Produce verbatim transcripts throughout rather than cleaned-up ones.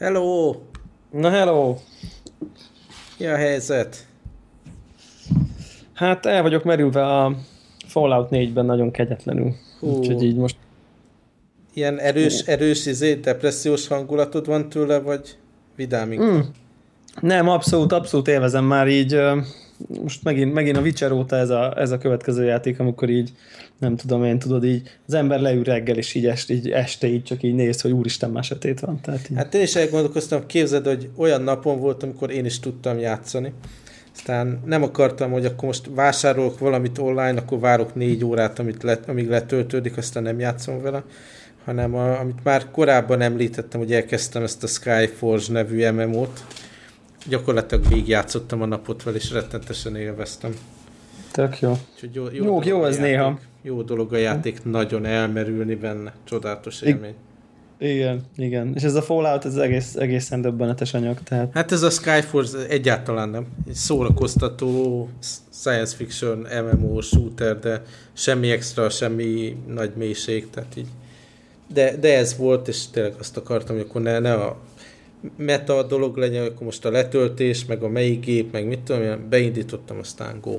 Hello! Na hello! Mi a helyzet? Hát el vagyok merülve a Fallout négyben nagyon kegyetlenül. Hú. Úgyhogy így most... Ilyen erős, erős izé, depressziós hangulatod van tőle, vagy vidám inkább? Mm. Nem, abszolút, abszolút élvezem már így. Most megint, megint a Witcher óta ez a, ez a következő játék, amikor így, nem tudom én, tudod így, az ember leül reggel, és így este, így, este így csak így néz, hogy úristen, már sötét van. Tehát így. Hát én is elgondolkoztam, képzeld, hogy olyan napon volt, amikor én is tudtam játszani. Aztán nem akartam, hogy akkor most vásárolok valamit online, akkor várok négy órát, amit le, amíg letöltődik, aztán nem játszom vele, hanem a, amit már korábban említettem, hogy elkezdtem ezt a Skyforge nevű em em o-t. Gyakorlatilag végigjátszottam a napot vele, és rettentesen élveztem. Tök jó. Jó, jó, jó, jó ez játék, néha. Jó dolog a játék, nagyon elmerülni benne. Csodálatos élmény. Igen, igen. És ez a Fallout, ez egész, egészen döbbenetes anyag. Tehát... Hát ez a Skyforge egyáltalán nem. Egy szórakoztató science fiction em em o shooter, de semmi extra, semmi nagy mélység, tehát így. De, de ez volt, és tényleg azt akartam, hogy akkor ne, ne a meta dolog legyen, akkor most a letöltés, meg a melyik gép, meg mit tudom, én beindítottam, aztán go.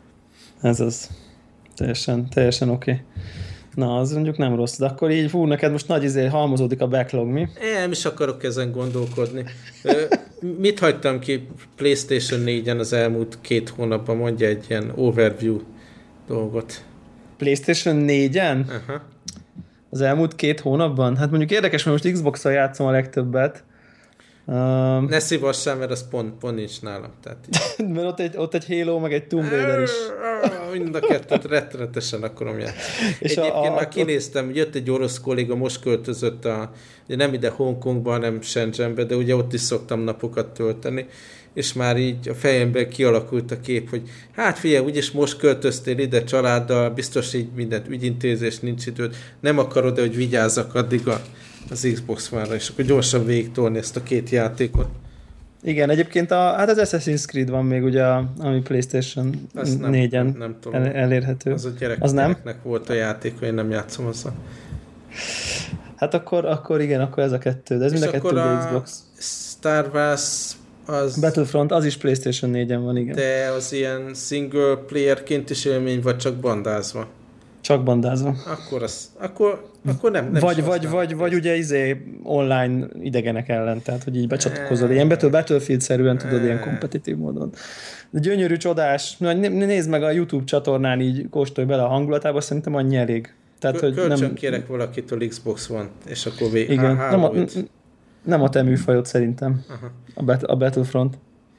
Ez az. Teljesen, teljesen oké. Okay. Na, az mondjuk nem rossz. De akkor így, fú, neked most nagy izé halmozódik a backlog, mi? Nem is akarok ezen gondolkodni. Mit hagytam ki PlayStation négyen az elmúlt két hónapban? Mondja egy ilyen overview dolgot. PlayStation négyen? Aha. Az elmúlt két hónapban? Hát mondjuk érdekes, mert most Xbox-szal játszom a legtöbbet. Um, ne szívassál, mert az pont, pont nincs nálam. Tehát mert ott egy, ott egy Halo, meg egy Tomb Raider is. Mind a kettőt rettenetesen akarom játszani. Egyébként a, a, már kinéztem, jött egy orosz kolléga, most költözött a, ugye nem ide Hongkongba, hanem Shenzhenbe, de ugye ott is szoktam napokat tölteni, és már így a fejemben kialakult a kép, hogy hát figyelj, úgyis most költöztél ide családdal, biztos így mindent ügyintézés, nincs időd, nem akarod, hogy vigyázzak addig a, az Xbox One-ra, és akkor gyorsan végigtolni ezt a két játékot. Igen, egyébként a, hát az Assassin's Creed van még ugye, ami PlayStation négyen nem, nem tudom, el, elérhető. Az a gyerek, az gyereknek nem? Volt a játék, hogy én nem játszom azzal. Hát akkor, akkor igen, akkor ez a kettő, de ez mind a kettő a Xbox. Star Wars az... Battlefront, az is PlayStation négyen van, igen. De az ilyen single playerként is élmény, vagy csak bandázva? Csak bandázva. Akkor az, akkor, akkor nem, nem Vagy, vagy, vagy, vagy ugye izé online idegenek ellen, tehát hogy így becsatlakozol. Ilyen Battlefield-szerűen tudod, ilyen kompetitív módon. De gyönyörű, csodás. Nézd meg a YouTube csatornán, így kóstolj bele a hangulatába, szerintem annyi elég. Tehát, hogy Kölcsön nem... kérek valakitől Xbox One, és akkor vé... Igen, Há, nem, a, nem a te műfajod szerintem. Aha. A, bat, a Battlefront.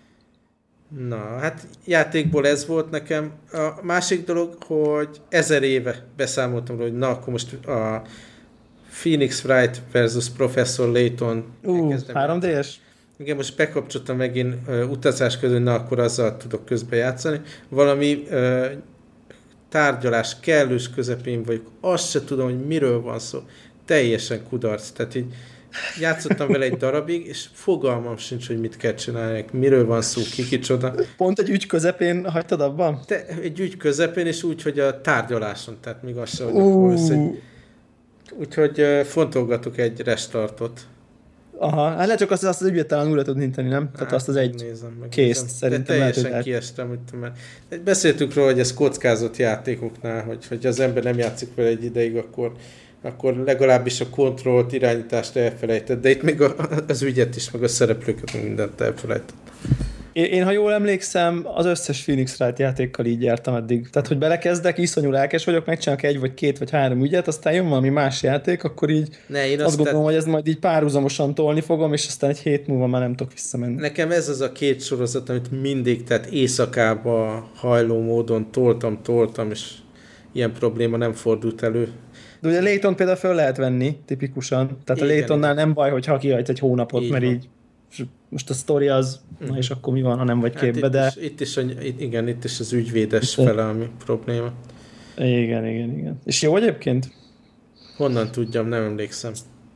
Na, hát játékból ez volt nekem. A másik dolog, hogy ezer éve beszámoltam róla, hogy na, akkor most a Phoenix Wright versus Professor Layton. Uh, három dé-es? Igen, most bekapcsoltam megint uh, utazás közül, na, akkor azzal tudok közben játszani. Valami uh, tárgyalás kellős közepén vagyok. Azt se tudom, hogy miről van szó. Teljesen kudarc. Tehát így játszottam vele egy darabig, és fogalmam sincs, hogy mit kell csinálni, miről van szó, ki kicsoda. Pont egy ügy közepén hagytad abban? Te, egy ügy közepén, és úgy, hogy a tárgyaláson, tehát még az se, hogy uh. akkor össze, úgyhogy uh, fontolgatok egy restartot. Aha, hát lehet csak azt, azt az ügyet talán újra tudni inteni, nem? Tehát hát, azt az egy nézem, készt szerintem. De teljesen lehet, kiestem, hogy mert beszéltünk róla, hogy ez kockázott játékoknál, hogy, hogy az ember nem játszik vele egy ideig, akkor akkor legalábbis a kontrollt, irányítást elfelejtett, de itt még a, az ügyet is, meg a szereplőket, meg mindent elfelejtett. Én, én, ha jól emlékszem, az összes Phoenix Wright játékkal így jártam eddig. Tehát, hogy belekezdek, iszonyú lelkes vagyok, megcsinálok egy, vagy két, vagy három ügyet, aztán jön valami más játék, akkor így ne, én azt, azt gondolom, te... hogy ez majd így párhuzamosan tolni fogom, és aztán egy hét múlva már nem tudok visszamenni. Nekem ez az a két sorozat, amit mindig, tehát éjszakába hajló módon toltam, toltam, és ilyen probléma nem fordult elő. De ugye Layton például föl lehet venni, tipikusan. Tehát igen, a Laytonnál igen. Nem baj, hogyha kihagysz egy hónapot, így mert van. Így most a sztori az, mm. na és akkor mi van, ha nem vagy hát képbe, itt de... Is, itt is, igen, itt is az ügyvédes itt fele, ami probléma. Igen, igen, igen. És jó egyébként? Honnan tudjam, nem emlékszem.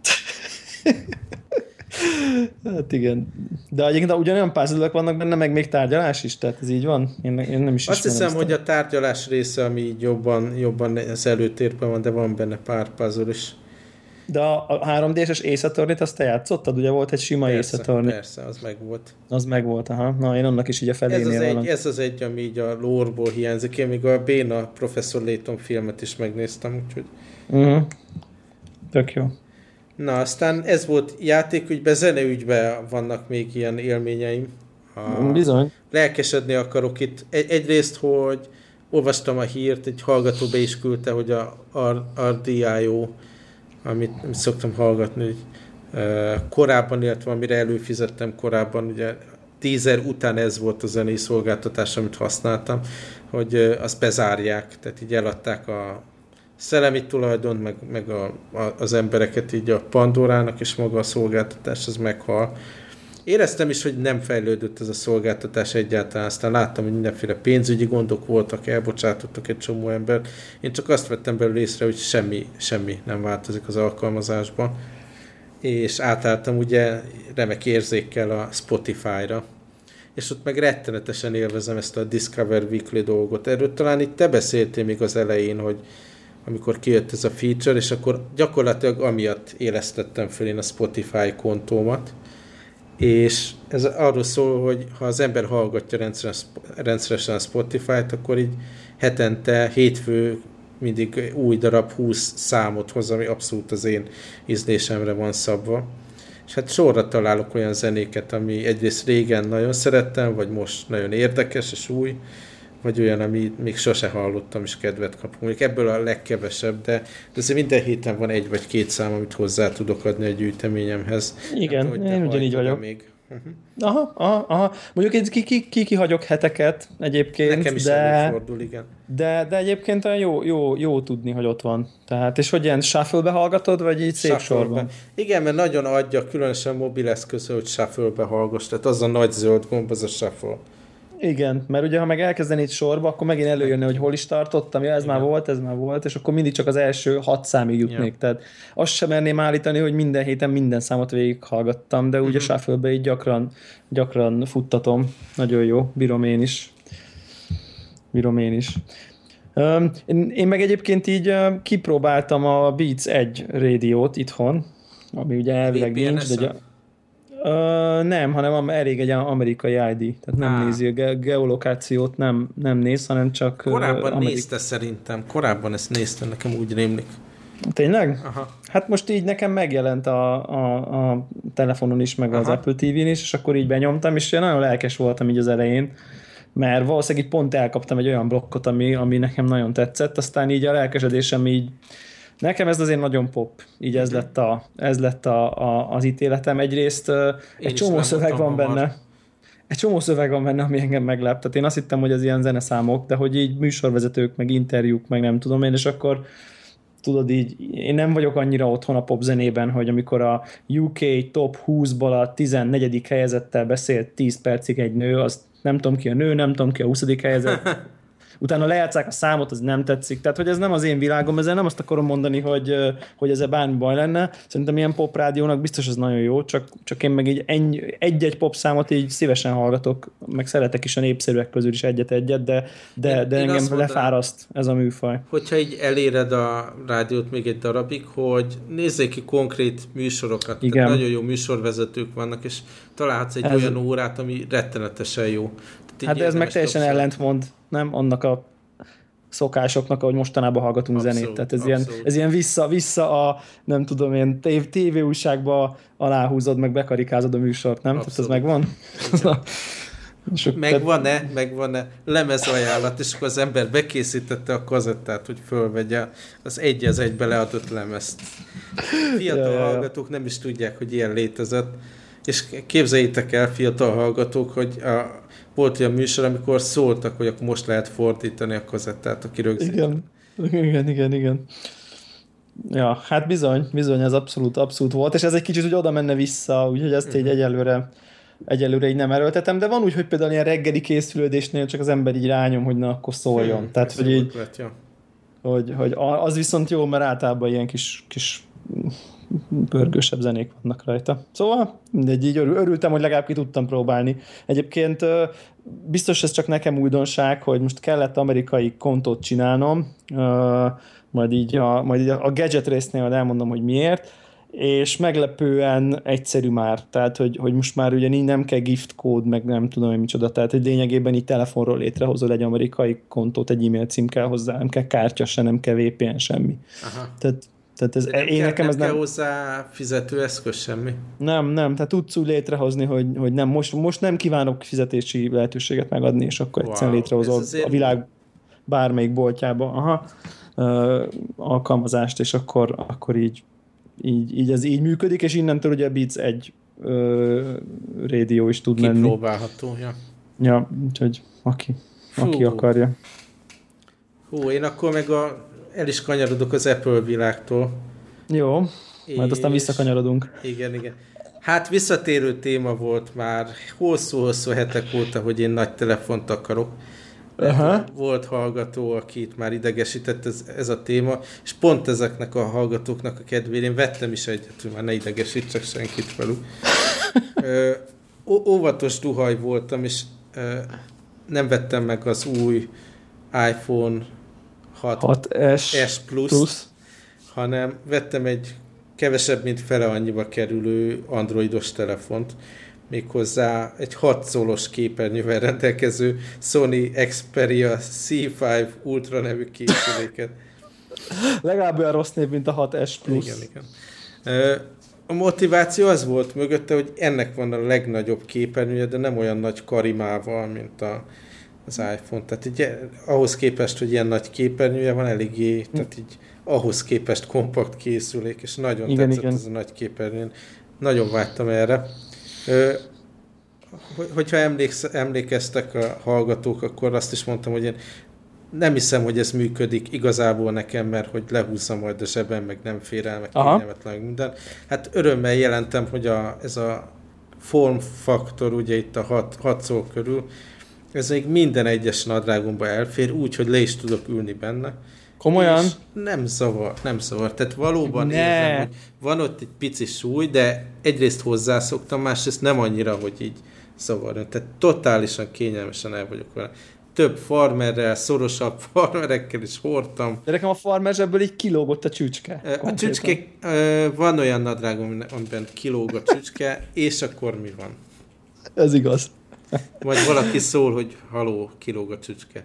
Hát igen. De egyébként ugyanolyan puzzle-ök vannak benne, meg még tárgyalás is, tehát ez így van? Én, én nem is Azt hiszem, ezt hogy a tárgyalás része, ami így jobban, jobban az előtérben van, de van benne pár puzzle is. De a három dé-es Ace Attorney-t azt te játszottad? Ugye volt egy sima persze, Ace Attorney. Persze, az meg volt. Az meg volt, aha. Na, én annak is így a felénél ez az, valami. egy, ez az egy, ami így a lore-ból hiányzik. Én még a Béna Professor Layton filmet is megnéztem, úgyhogy... Uh-huh. Tök jó. Na, aztán ez volt játékügyben, zeneügyben vannak még ilyen élményeim. A... Bizony. Lelkesedni akarok itt. Egy, egyrészt, hogy olvastam a hírt, egy hallgató be is küldte, hogy a er dé i o, amit, amit szoktam hallgatni, hogy uh, korábban, illetve amire előfizettem korábban, ugye tízer után ez volt a zenei szolgáltatás, amit használtam, hogy uh, azt bezárják, tehát így eladták a szellemi tulajdon, meg, meg a, a, az embereket így a Pandorának, és maga a szolgáltatás az meghal. Éreztem is, hogy nem fejlődött ez a szolgáltatás egyáltalán, aztán láttam, hogy mindenféle pénzügyi gondok voltak, elbocsátottak egy csomó embert. Én csak azt vettem belőle észre, hogy semmi, semmi nem változik az alkalmazásban. És átálltam ugye remek érzékkel a Spotify-ra. És ott meg rettenetesen élvezem ezt a Discover Weekly dolgot. Erről talán itt te beszéltél még az elején, hogy amikor kijött ez a feature, és akkor gyakorlatilag amiatt élesztettem fel én a Spotify kontómat. És ez arról szól, hogy ha az ember hallgatja rendszeresen a Spotify-t, akkor így hetente, hétfő mindig új darab húsz számot hoz, ami abszolút az én ízlésemre van szabva. És hát sorra találok olyan zenéket, ami egyrészt régen nagyon szerettem, vagy most nagyon érdekes és új, vagy olyan, ami még sose hallottam, és kedvet kapok. Mondjuk ebből a legkevesebb, de, de azért minden héten van egy vagy két szám, amit hozzá tudok adni a gyűjteményemhez. Igen, tudom, én ugyanígy vagyok. Még. Uh-huh. Aha, aha, aha. Mondjuk egy ki, ki, ki, kihagyok heteket egyébként, nekem is de, előfordul, igen. De, de egyébként olyan jó, jó, jó tudni, hogy ott van. Tehát, és hogy ilyen shuffle-be hallgatod, vagy így szép sorban? Igen, mert nagyon adja, különösen mobileszközön, hogy shuffle-be hallgass. Tehát az a nagy zöld gomb, az a shuffle. Igen, mert ugye ha meg elkezdenéd sorba, akkor megint előjönne, hogy hol is tartottam, ja ez igen. már volt, ez már volt, és akkor mindig csak az első hat számig jutnék. Ja. Tehát azt sem merném állítani, hogy minden héten minden számot végighallgattam, de úgy uh-huh. a shuffle-be így gyakran, gyakran futtatom. Nagyon jó, bírom én is. Bírom én is. Um, én, én meg egyébként így uh, kipróbáltam a Beats egy rádiót itthon, ami ugye elvileg nincs, de... Uh, nem, hanem elég egy amerikai i dé, tehát nem ah. nézi a ge- geolokációt, nem, nem néz, hanem csak... Korábban uh, nézte szerintem, korábban ezt néztem, nekem úgy rémlik. Tényleg? Aha. Hát most így nekem megjelent a, a, a telefonon is, meg Aha. az Apple té vén is, és akkor így benyomtam, és én nagyon lelkes voltam így az elején, mert valószínűleg így pont elkaptam egy olyan blokkot, ami, ami nekem nagyon tetszett, aztán így a lelkesedésem így nekem ez azért nagyon pop, így ez lett, a, ez lett a, a, az ítéletem. Egyrészt Én egy csomó szöveg van hamar. benne, egy csomó szöveg van benne, ami engem meglep. Tehát én azt hittem, hogy ez ilyen zeneszámok, de hogy így műsorvezetők, meg interjúk, meg nem tudom én, és akkor tudod így, én nem vagyok annyira otthon a pop zenében, hogy amikor a u ká top húszból a tizennegyedik helyezettel beszélt tíz percig egy nő, azt nem tudom ki a nő, nem tudom ki a huszadik helyezett. Utána lejátszák a számot, az nem tetszik. Tehát, hogy ez nem az én világom, ezzel nem azt akarom mondani, hogy, hogy ezzel bármi baj lenne. Szerintem ilyen pop rádiónak biztos ez nagyon jó, csak, csak én meg így egy-egy pop számot így szívesen hallgatok, meg szeretek is a népszerűek közül is egyet-egyet, de, de, de engem mondanám, lefáraszt ez a műfaj. Hogyha így eléred a rádiót még egy darabig, hogy nézzék ki konkrét műsorokat. Igen. Nagyon jó műsorvezetők vannak, és találhatsz egy ez... olyan órát, ami rettenetesen jó. Hát de ez meg teljesen ellentmond, nem annak a szokásoknak, ahogy mostanában hallgatunk abszolút, zenét. Tehát ez ilyen, ez ilyen vissza, vissza a, nem tudom, ilyen tévéújságba aláhúzod, meg bekarikázod a műsort, nem? Abszolút. Tehát ez megvan? Megvan-e? Megvan-e? Lemezajánlat, és akkor az ember bekészítette a kazettát, hogy fölvegye az egy az egybe leadott lemezt. Fiatal ja, hallgatók ja. nem is tudják, hogy ilyen létezett. És képzeljétek el, fiatal hallgatók, hogy a volt olyan műsor, amikor szóltak, hogy akkor most lehet fordítani a kazettát, aki rögzít. Igen, igen, igen, igen. Ja, hát bizony, bizony, ez abszolút, abszolút volt, és ez egy kicsit úgy oda menne vissza, úgyhogy ezt így egyelőre, egyelőre így nem erőltetem, de van úgy, hogy például ilyen reggeli készülődésnél csak az ember így rányom, hogy na, akkor szóljon. Hmm, Tehát, hogy így, lett, ja. hogy, hogy az viszont jó, mert általában ilyen kis, kis pörgősebb zenék vannak rajta. Szóval mindegy, így örültem, hogy legalább ki tudtam próbálni. Egyébként biztos ez csak nekem újdonság, hogy most kellett amerikai kontót csinálnom, majd így a, majd így a gadget résznél majd elmondom, hogy miért, és meglepően egyszerű már, tehát hogy, hogy most már ugye nem kell gift kód, meg nem tudom, hogy micsoda, tehát hogy lényegében így telefonról létrehozol egy amerikai kontót, egy e-mail cím kell hozzá, nem kell kártya se, nem kell vé pé en, semmi. Aha. Tehát, tehát ez, nem én kell, nekem nem ez nem... kell hozzá fizetőeszköz, semmi? Nem, nem, tehát tudsz úgy létrehozni, hogy, hogy nem, most, most nem kívánok fizetési lehetőséget megadni, és akkor wow, egyszerűen létrehozol azért... a világ bármelyik boltjába aha, ö, alkalmazást, és akkor, akkor így Így, így ez így működik, és innentől ugye a Beats egy ö, rádió is tud menni. Kipróbálható, ja. Ja, úgyhogy aki, aki akarja. Hú, én akkor meg a, el is kanyarodok az Apple világtól. Jó, majd aztán visszakanyarodunk. Igen, igen. Hát visszatérő téma volt már hosszú-hosszú hetek óta, hogy én nagy telefont akarok. Aha. Volt hallgató, akit már idegesített ez, ez a téma, és pont ezeknek a hallgatóknak a kedvére én vettem is egyet, hogy már ne idegesítsek senkit velük. Ö, óvatos duhaj voltam, és ö, nem vettem meg az új iPhone hat es Plus, Plus, hanem vettem egy kevesebb, mint fele annyiba kerülő androidos telefont, méghozzá egy hat szólos képernyővel rendelkező Sony Xperia cé öt Ultra nevű készüléket. Legalább olyan rossz név, mint a hat es Plus. Igen, igen. A motiváció az volt mögötte, hogy ennek van a legnagyobb képernyője, de nem olyan nagy karimával, mint a, az iPhone. Tehát így, ahhoz képest, hogy ilyen nagy képernyője van, eléggé, tehát így ahhoz képest kompakt készülék, és nagyon igen, tetszett igen. Ez a nagy képernyő. Nagyon vágytam erre. Hogyha emléksz, emlékeztek a hallgatók, akkor azt is mondtam, hogy én nem hiszem, hogy ez működik igazából nekem, mert hogy lehúzzam majd a zsebem, meg nem fér el, meg kényelmetlen, meg minden. Hát örömmel jelentem, hogy a, ez a formfaktor, ugye itt a hat szó körül, ez még minden egyes nadrágomba elfér, úgy, hogy le is tudok ülni benne. Komolyan? És nem zavar, nem zavar. Tehát valóban ne. Érzem, hogy van ott egy pici súly, de egyrészt hozzászoktam, másrészt nem annyira, hogy így zavar. Tehát totálisan kényelmesen el vagyok vele. Több farmerrel, szorosabb farmerekkel is hordtam. De nekem a farmer zsebből így kilógott a csücske. A csücske, van olyan nadrágom, amiben kilóg a csücske, és akkor mi van? Ez igaz. Vagy valaki szól, hogy haló, kilóg a csücske.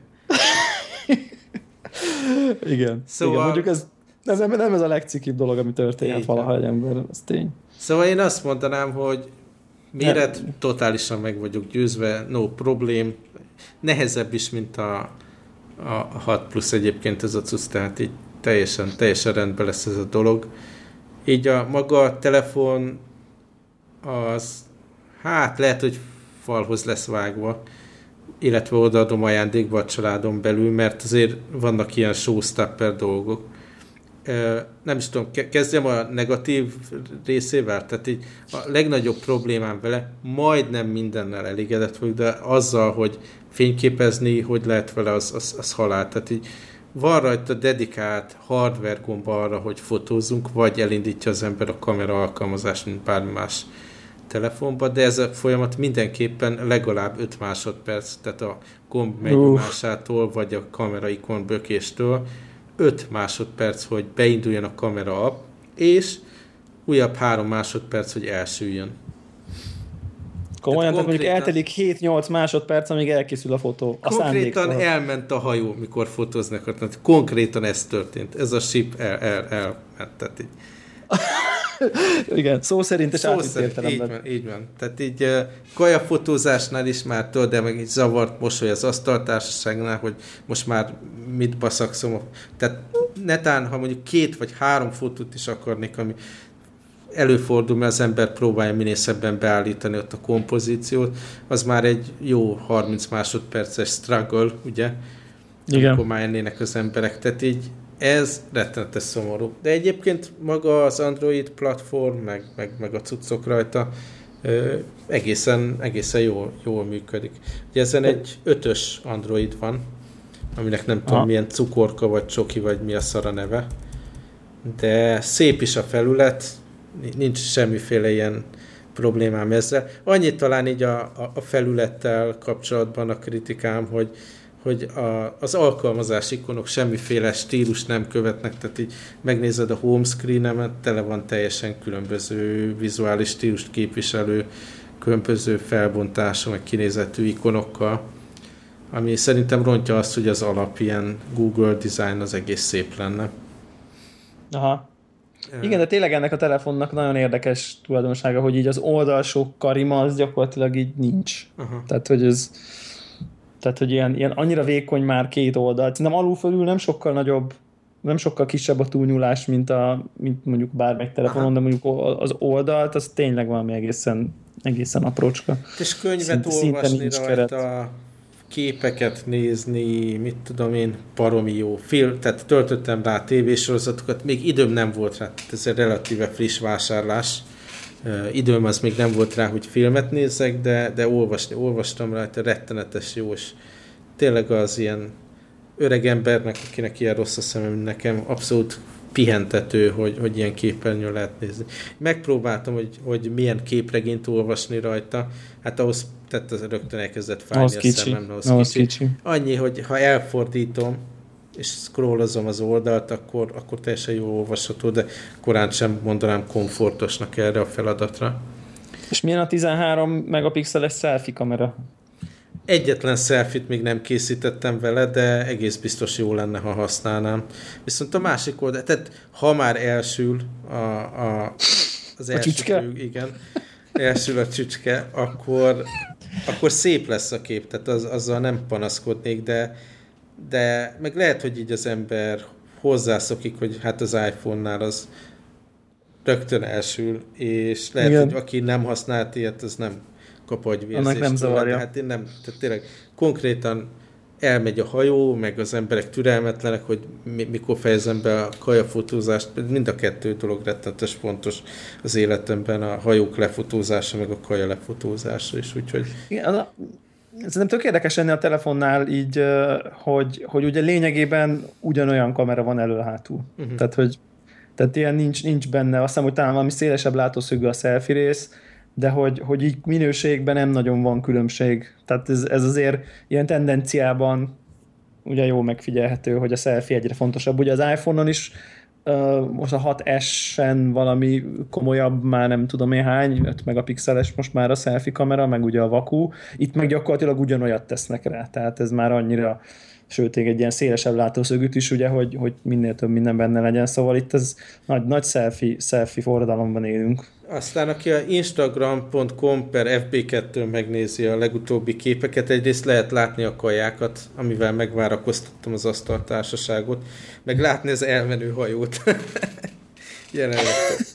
Igen. Szóval... Igen, mondjuk ez nem, nem, nem ez a legcikibb dolog, ami történhet valaha egy ember, ez tény. Szóval én azt mondanám, hogy méret nem. Totálisan meg vagyok győzve, no problém. Nehezebb is, mint a, a hat plusz egyébként ez a cucc, tehát így teljesen, teljesen rendben lesz ez a dolog. Így a maga a telefon az, hát lehet, hogy falhoz lesz vágva, illetve odaadom ajándékba a családon belül, mert azért vannak ilyen showstopper dolgok. Nem is tudom, kezdjem a negatív részével, tehát így a legnagyobb problémám vele, majdnem mindennel elégedett vagyok, de azzal, hogy fényképezni, hogy lehet vele, az, az, az halál. Tehát így van rajta dedikált hardware gomba arra, hogy fotózzunk, vagy elindítja az ember a kamera alkalmazást, mint bármi más telefonban, de ez a folyamat mindenképpen legalább öt másodperc, tehát a gomb megnyomásától, vagy a kamera ikon bökéstől öt másodperc, hogy beinduljon a kamera app, és újabb három másodperc, hogy elsüljön. Komolyan, tehát mondjuk eltelik hét-nyolc másodperc, amíg elkészül a fotó. A konkrétan szándékról. Elment a hajó, mikor fotóznak. Tehát konkrétan ez történt. Ez a ship el, el, elment. Tehát így. Igen, szó szerint és szó átvitt értelemben. Így van, így van. Tehát így uh, kajafotózásnál is már tudod, de meg egy zavart mosoly az asztaltársaságnál, hogy most már mit baszakszom. Tehát netán, ha mondjuk két vagy három fotót is akarnék, ami előfordul, mert az ember próbálja minél szebben beállítani ott a kompozíciót, az már egy jó harminc másodperces struggle, ugye? Igen. Akkor már ennének az emberek. Tehát így ez rettenetes szomorú. De egyébként maga az Android platform, meg, meg, meg a cuccok rajta ö, egészen, egészen jól, jól működik. Ugye ezen egy ötös Android van, aminek nem tudom, milyen cukorka, vagy csoki, vagy mi a szara neve. De szép is a felület, nincs semmiféle ilyen problémám ezzel. Annyit talán így a, a, a felülettel kapcsolatban a kritikám, hogy, hogy a, az alkalmazás ikonok semmiféle stílus nem követnek, tehát így megnézed a home screen-emet, tele van teljesen különböző vizuális stílust képviselő, különböző felbontású, meg kinézetű ikonokkal, ami szerintem rontja azt, hogy az alap ilyen Google design az egész szép lenne. Aha. Igen, de tényleg ennek a telefonnak nagyon érdekes tulajdonsága, hogy így az oldalsó karima az gyakorlatilag így nincs. Aha. Tehát, hogy ez tehát, hogy ilyen, ilyen annyira vékony már két oldalt. Nem alul-fölül nem sokkal nagyobb, nem sokkal kisebb a túlnyúlás, mint, a, mint mondjuk bármelyik telefonon, aha, de mondjuk az oldalt, az tényleg valami egészen, egészen aprócska. És könyvet Szint, olvasni rajta, keret. Képeket nézni, mit tudom én, baromi jó film, tehát töltöttem rá tévésorozatokat, még időm nem volt rá, ez egy relatíve friss vásárlás. Uh, időm az még nem volt rá, hogy filmet nézzek, de, de olvasni, olvastam rá, rettenetes jó, és tényleg az ilyen öreg embernek, akinek ilyen rossz a szemem, mint nekem, abszolút pihentető, hogy, hogy ilyen képernyőn lehet nézni. Megpróbáltam, hogy, hogy milyen képregényt olvasni rajta, hát ahhoz tehát az rögtön elkezdett fájni a szemem. Ahhoz ahhoz kicsi. kicsi. Annyi, hogy ha elfordítom, és scrollozom az oldalt, akkor, akkor teljesen jól olvasható, de korán sem mondanám komfortosnak erre a feladatra. És milyen a tizenhárom megapixeles selfie kamera? Egyetlen selfie-t még nem készítettem vele, de egész biztos jó lenne, ha használnám. Viszont a másik oldal, tehát ha már elsül a, a, az a csücske? Fő, igen, elsül a csücske, akkor, akkor szép lesz a kép, tehát az, azzal nem panaszkodnék, de, de meg lehet, hogy így az ember hozzászokik, hogy hát az iPhone-nál az rögtön elsül, és lehet, igen, hogy aki nem használt ilyet, az nem kap agyvérzést. Annak nem zavarja. Hát én nem, tehát tényleg konkrétan elmegy a hajó, meg az emberek türelmetlenek, hogy mi, mikor fejezem be a kajafotózást, mind a kettő dolog rettenetes fontos az életemben, a hajók lefotózása, meg a kaja lefotózása is, úgyhogy... Igen, az a, szerintem tök érdekes ennél a telefonnál így, hogy, hogy ugye lényegében ugyanolyan kamera van elő-hátul. Uh-huh. Tehát, hogy tehát ilyen nincs, nincs benne, azt hiszem, hogy talán valami szélesebb látószögű a selfie rész, de hogy, hogy így minőségben nem nagyon van különbség. Tehát ez, ez azért ilyen tendenciában ugye jól megfigyelhető, hogy a selfie egyre fontosabb. Ugye az iPhone-on is uh, most a hat es-en valami komolyabb, már nem tudom én hány, öt megapixeles most már a selfie kamera, meg ugye a vakú. Itt meg gyakorlatilag ugyanolyat tesznek rá. Tehát ez már annyira, sőt, egy ilyen szélesebb látószögűt is, ugye, hogy, hogy minél több minden benne legyen. Szóval itt ez nagy, nagy selfie, selfie forradalomban élünk. Aztán aki a instagram pont com per ef bé kettő megnézi a legutóbbi képeket, egyrészt lehet látni a kajákat, amivel megvárakoztattam az asztaltársaságot, meg látni az elmenő hajót. Jelenleg.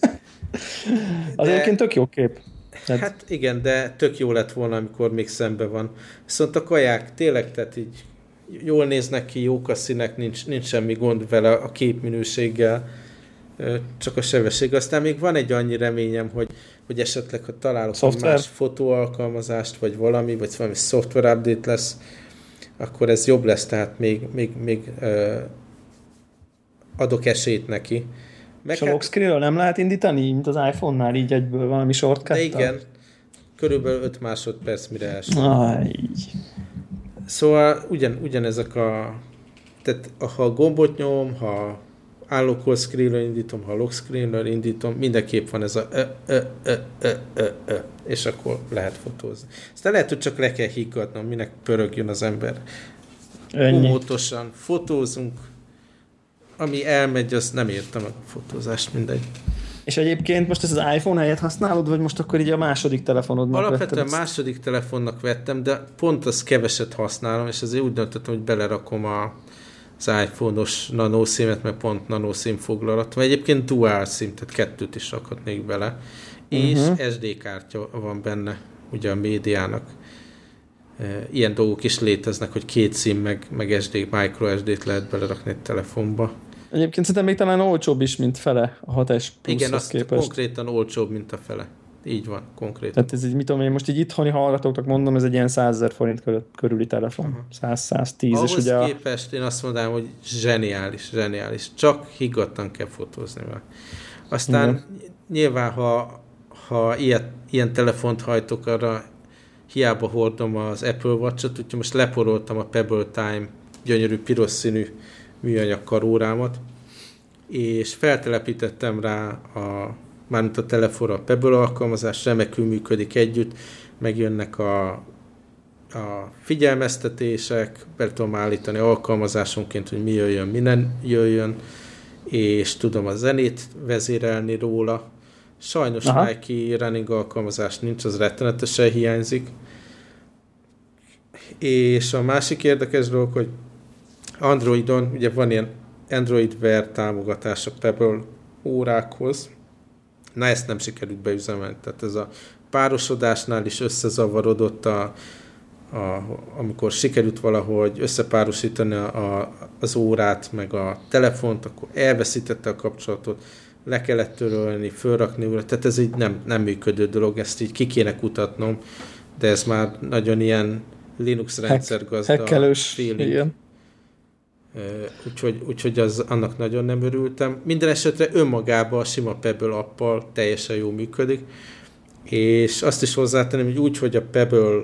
Az egyébként tök jó kép. Tehát... Hát igen, de tök jó lett volna, amikor még szembe van. Viszont a kaják tényleg, tehát így jól néznek ki, jók a színek, nincs, nincs semmi gond vele a képminőséggel, csak a sebesség. Aztán még van egy annyi reményem, hogy, hogy esetleg, ha találok Software. más fotóalkalmazást, vagy valami, vagy valami software update lesz, akkor ez jobb lesz, tehát még, még, még uh, adok esélyt neki. Meg és a lock screen-ről nem lehet indítani, mint az iPhone-nál, így egyből valami shortcut-tal? De igen, körülbelül öt másodperc, mire első. Aj. Szóval ugyan, ugyanezek a... Tehát ha a gombot nyom, ha álló call screen-ről indítom, ha lock screen-ről indítom, mindenképp van ez a ö, ö, ö, ö, ö, ö, és akkor lehet fotózni. Aztán lehet, hogy csak le kell higgadnom, minek pörögjön az ember. Óvatosan fotózunk, ami elmegy, azt nem értem meg a fotózást, mindegy. És egyébként most ezt az iPhone helyett használod, vagy most akkor így a második telefonodnak Alapvetően vettem? második telefonnak vettem, de pont azt keveset használom, és azért úgy döntöttem, hogy belerakom a, az iPhone-os nano SIM-et, mert pont nano SIM foglalatom. Egyébként dual SIM, tehát kettőt is rakhatnék bele. És uh-huh. es dé kártya van benne, ugye a médiának. Ilyen dolgok is léteznek, hogy két SIM, meg, meg es dé, micro es dét lehet belerakni egy telefonba. Egyébként szerintem még talán olcsóbb is, mint fele a hat es pluszhoz Igen, azt képest. konkrétan olcsóbb, mint a fele. Így van, konkrétan. Tehát ez így, mit tudom én, most így itthoni hallgatóknak mondom, ez egy ilyen százezer forint körüli telefon. száz-száztíz. Ahhoz és ugye képest én azt mondanám, hogy zseniális, zseniális. Csak higgadtan kell fotózni vele. Aztán igen. nyilván, ha, ha ilyet, ilyen telefont hajtok, arra hiába hordom az Apple Watch-ot, úgyhogy most leporoltam a Pebble Time gyönyörű piros színű műanyag karórámat, és feltelepítettem rá a, mármint a telefonra a Pebble alkalmazás, remekül működik együtt, megjönnek a, a figyelmeztetések, be tudom állítani alkalmazásonként, hogy mi jöjjön, mi nem jöjjön, és tudom a zenét vezérelni róla. Sajnos Aha. Nike running alkalmazás nincs, az rettenetesen hiányzik. És a másik érdekes dolog, hogy Androidon, ugye van ilyen Android Wear támogatás a Pebble órákhoz. Na, ezt nem sikerült beüzemelni. Tehát ez a párosodásnál is összezavarodott, a, a, amikor sikerült valahogy összepárosítani a, a, az órát, meg a telefont, akkor elveszítette a kapcsolatot, le kellett törölni, fölrakni újra. Tehát ez így nem, nem működő dolog, ezt így ki kéne kutatnom, de ez már nagyon ilyen Linux rendszergazda hekkelős, igen. Úgyhogy, úgyhogy az, annak nagyon nem örültem. Minden esetre önmagában a sima Pebble appal teljesen jól működik, és azt is hozzátenném, hogy úgy, hogy a Pebble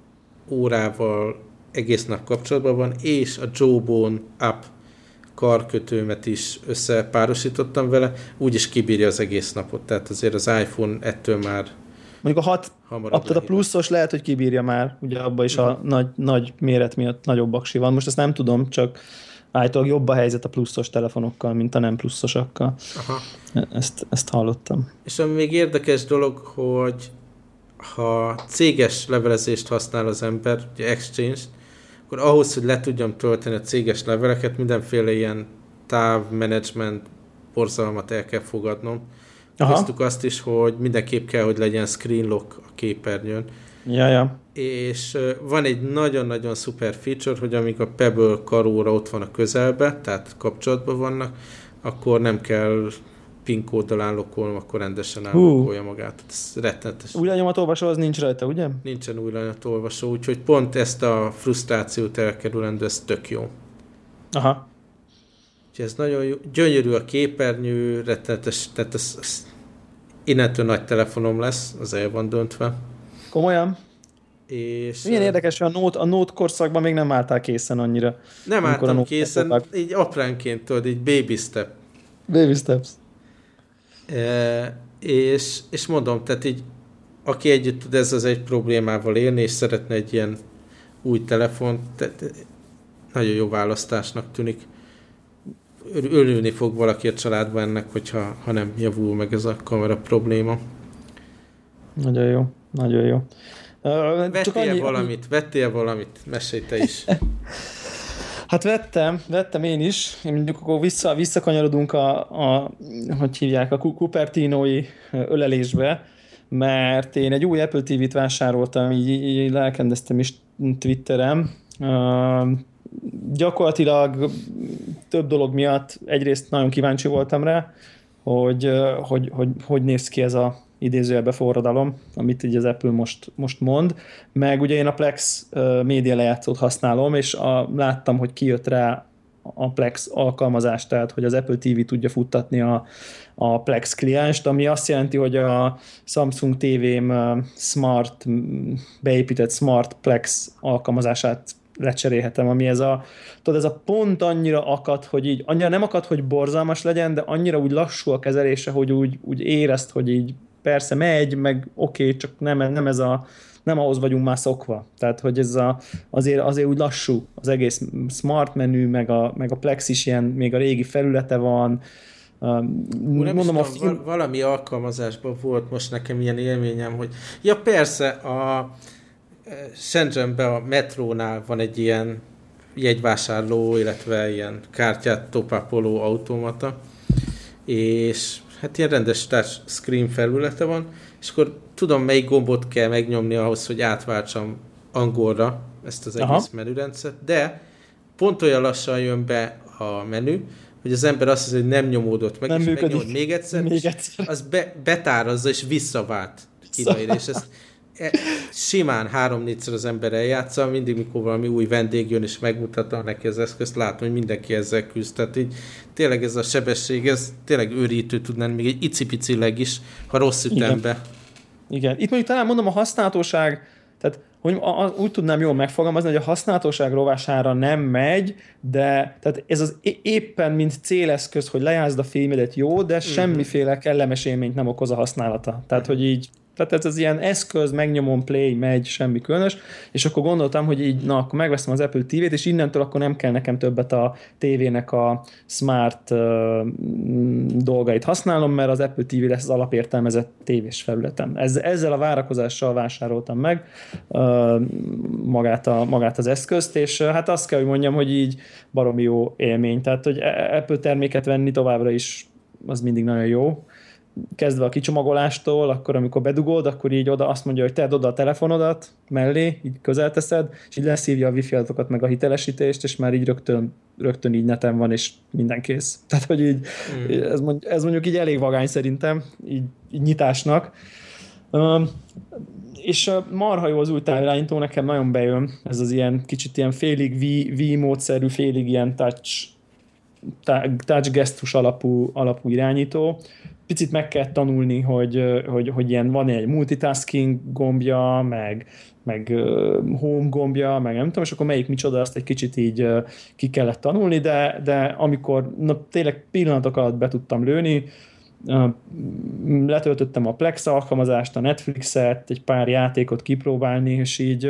órával egész nap kapcsolatban van, és a Jawbone app karkötőmet is összepárosítottam vele, úgyis kibírja az egész napot, tehát azért az iPhone ettől már mondjuk a hat, a pluszos lehet, hogy kibírja már, ugye abban is a nagy, nagy méret miatt nagyobb aksi van. Most ezt nem tudom, csak állítólag jobb a helyzet a pluszos telefonokkal, mint a nem pluszosakkal. Aha. Ezt, ezt hallottam. És ami még érdekes dolog, hogy ha céges levelezést használ az ember, ugye Exchange-t, akkor ahhoz, hogy le tudjam tölteni a céges leveleket, mindenféle ilyen távmenedzsment borzalmat el kell fogadnom. Köztük azt is, hogy mindenképp kell, hogy legyen screen lock a képernyőn. Ja, ja. És van egy nagyon-nagyon szuper feature, hogy amíg a Pebble karóra ott van a közelbe, tehát kapcsolatban vannak, akkor nem kell PIN kóddal állokkolnom, akkor rendesen állokkolja magát. Ez rettenetes. Új lenyomatolvasó az nincs rajta, ugye? Nincsen új lenyomatolvasó, úgyhogy pont ezt a frusztrációt elkerülendő, ez tök jó. Aha. Úgyhogy ez nagyon jó. Gyönyörű a képernyő, rettenetes, tehát ez, ez innentől nagy telefonom lesz, az el van döntve. Komolyan? És milyen érdekes, hogy a Note, a Note korszakban még nem álltál készen annyira. Nem álltam készen, voltak. Így apránként, tudod, így baby step. Baby steps. E, és, és mondom, tehát így aki együtt tud ez az egy problémával élni, és szeretne egy ilyen új telefont, tehát nagyon jó választásnak tűnik. Örülni fog valaki a családban ennek, hogyha ha nem javul meg ez a kamera probléma. Nagyon jó, nagyon jó. Uh, vettél annyi, valamit, vettél valamit? Mesélj te is. Hát vettem, vettem én is. Én mondjuk akkor vissza, visszakanyarodunk a, a, hogy hívják, a Cupertinói ölelésbe, mert én egy új Apple té vét vásároltam, így, így lelkendeztem is Twitteren. Uh, gyakorlatilag több dolog miatt egyrészt nagyon kíváncsi voltam rá, hogy hogy, hogy, hogy néz ki ez a idézőjelbe forradalom, amit így az Apple most, most mond, meg ugye én a Plex uh, média lejátszót használom, és a, láttam, hogy kijött rá a Plex alkalmazás, tehát hogy az Apple té vé tudja futtatni a, a Plex klienst, ami azt jelenti, hogy a Samsung tévém uh, smart, beépített Smart Plex alkalmazását lecserélhetem, ami ez a, tudod, ez a pont annyira akad, hogy így, annyira nem akad, hogy borzalmas legyen, de annyira úgy lassú a kezelése, hogy úgy, úgy érezt, hogy így persze megy, meg oké, okay, csak nem, nem ez a, nem ahhoz vagyunk már szokva. Tehát, hogy ez a, azért, azért úgy lassú az egész smart menü, meg a, meg a Plex is ilyen, még a régi felülete van. Ú, nem Mondom, a film... valami alkalmazásban volt most nekem ilyen élményem, hogy ja persze, a Shenzhenben a metrónál van egy ilyen jegyvásárló, illetve ilyen kártyát topapoló automata, és hát ilyen rendes touch screen felülete van, és akkor tudom, melyik gombot kell megnyomni ahhoz, hogy átváltsam angolra ezt az egész Aha. menürendszert, de pont olyan lassan jön be a menü, hogy az ember azt hiszi, hogy nem nyomódott meg, nem és megnyomod még egyszer, még egyszer. Az be, betárazza és visszavált ide, és ezt simán három-négyszer az ember eljátsza, mindig, mikor valami új vendég jön és megmutatta neki az eszközt, látom, hogy mindenki ezzel küzd. Tehát így tényleg ez a sebesség, ez tényleg őrítő tudnán, még egy icipicileg is, ha rossz ütembe. Igen. Igen. Itt mondjuk talán mondom a használhatóság, tehát hogy a, a, úgy tudnám jól megfogalmazni, hogy a használhatóság rovására nem megy, de tehát ez az éppen mint céleszköz, hogy lejázd a filmedet jó, de semmiféle kellemes élményt nem okoz a használata. Tehát, hogy így Tehát ez az ilyen eszköz, megnyomom, play, megy, semmi különös, és akkor gondoltam, hogy így, na, akkor megveszem az Apple té vét, és innentől akkor nem kell nekem többet a tévének a smart uh, dolgait használnom, mert az Apple té vé lesz az alapértelmezett tévés felületem. Ez, ezzel a várakozással vásároltam meg uh, magát, a, magát az eszközt, és uh, hát azt kell, hogy mondjam, hogy így baromi jó élmény. Tehát, hogy Apple terméket venni továbbra is az mindig nagyon jó. Kezdve a kicsomagolástól, akkor amikor bedugod, akkor így oda azt mondja, hogy tedd oda a telefonodat mellé, így közel teszed, és így leszívja a wifi adatokat meg a hitelesítést, és már így rögtön, rögtön így neten van, és minden kész. Tehát, hogy így, mm. ez, mond, ez mondjuk így elég vagány szerintem, így, így nyitásnak. Um, és marha jó az új távirányító, nekem nagyon bejön, ez az ilyen kicsit ilyen félig V, V módszerű, félig ilyen touch, touch gesztus alapú, alapú irányító. Picit meg kell tanulni, hogy, hogy, hogy ilyen van egy multitasking gombja, meg, meg home gombja, meg nem tudom, és akkor melyik micsoda, azt egy kicsit így ki kellett tanulni, de, de amikor na, tényleg pillanatok alatt be tudtam lőni, letöltöttem a Plex alkalmazást, a Netflixet, egy pár játékot kipróbálni, és így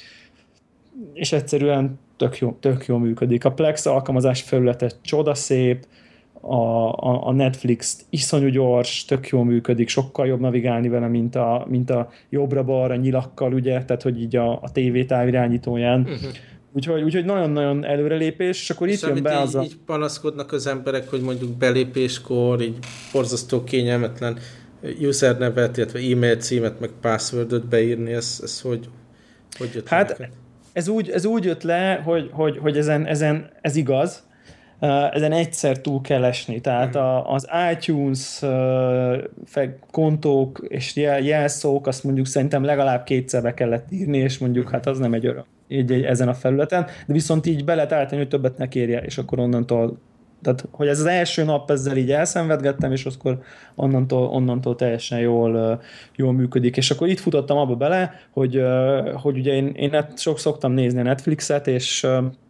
és egyszerűen tök jó, tök jó működik. A Plex alkalmazás felülete csodaszép, A, a, a Netflix iszonyú gyors, tök jól működik, sokkal jobb navigálni vele, mint a, mint a jobbra-balra nyilakkal, ugye, tehát hogy így a, a té vé távirányítóján. Uh-huh. Úgyhogy, úgyhogy nagyon-nagyon előrelépés, és akkor itt szóval jön be az így, a... így panaszkodnak az emberek, hogy mondjuk belépéskor így borzasztó kényelmetlen usernevet, illetve e-mail címet, meg passwordot beírni, ez, ez hogy, hogy jött Hát ez úgy, ez úgy jött le, hogy, hogy, hogy ezen, ezen, ez igaz, ezen egyszer túl kell esni, tehát a, az iTunes uh, kontók és jel, jelszók, azt mondjuk szerintem legalább kétszer be kellett írni, és mondjuk hát az nem egy öröm így, így, ezen a felületen, de viszont így be lehet állítani, hogy többet ne kérje, és akkor onnantól, tehát hogy ez az első nap ezzel így elszenvedgettem, és akkor onnantól, onnantól teljesen jól, jól működik, és akkor itt futottam abba bele, hogy, hogy ugye én, én sok szoktam nézni a Netflixet, és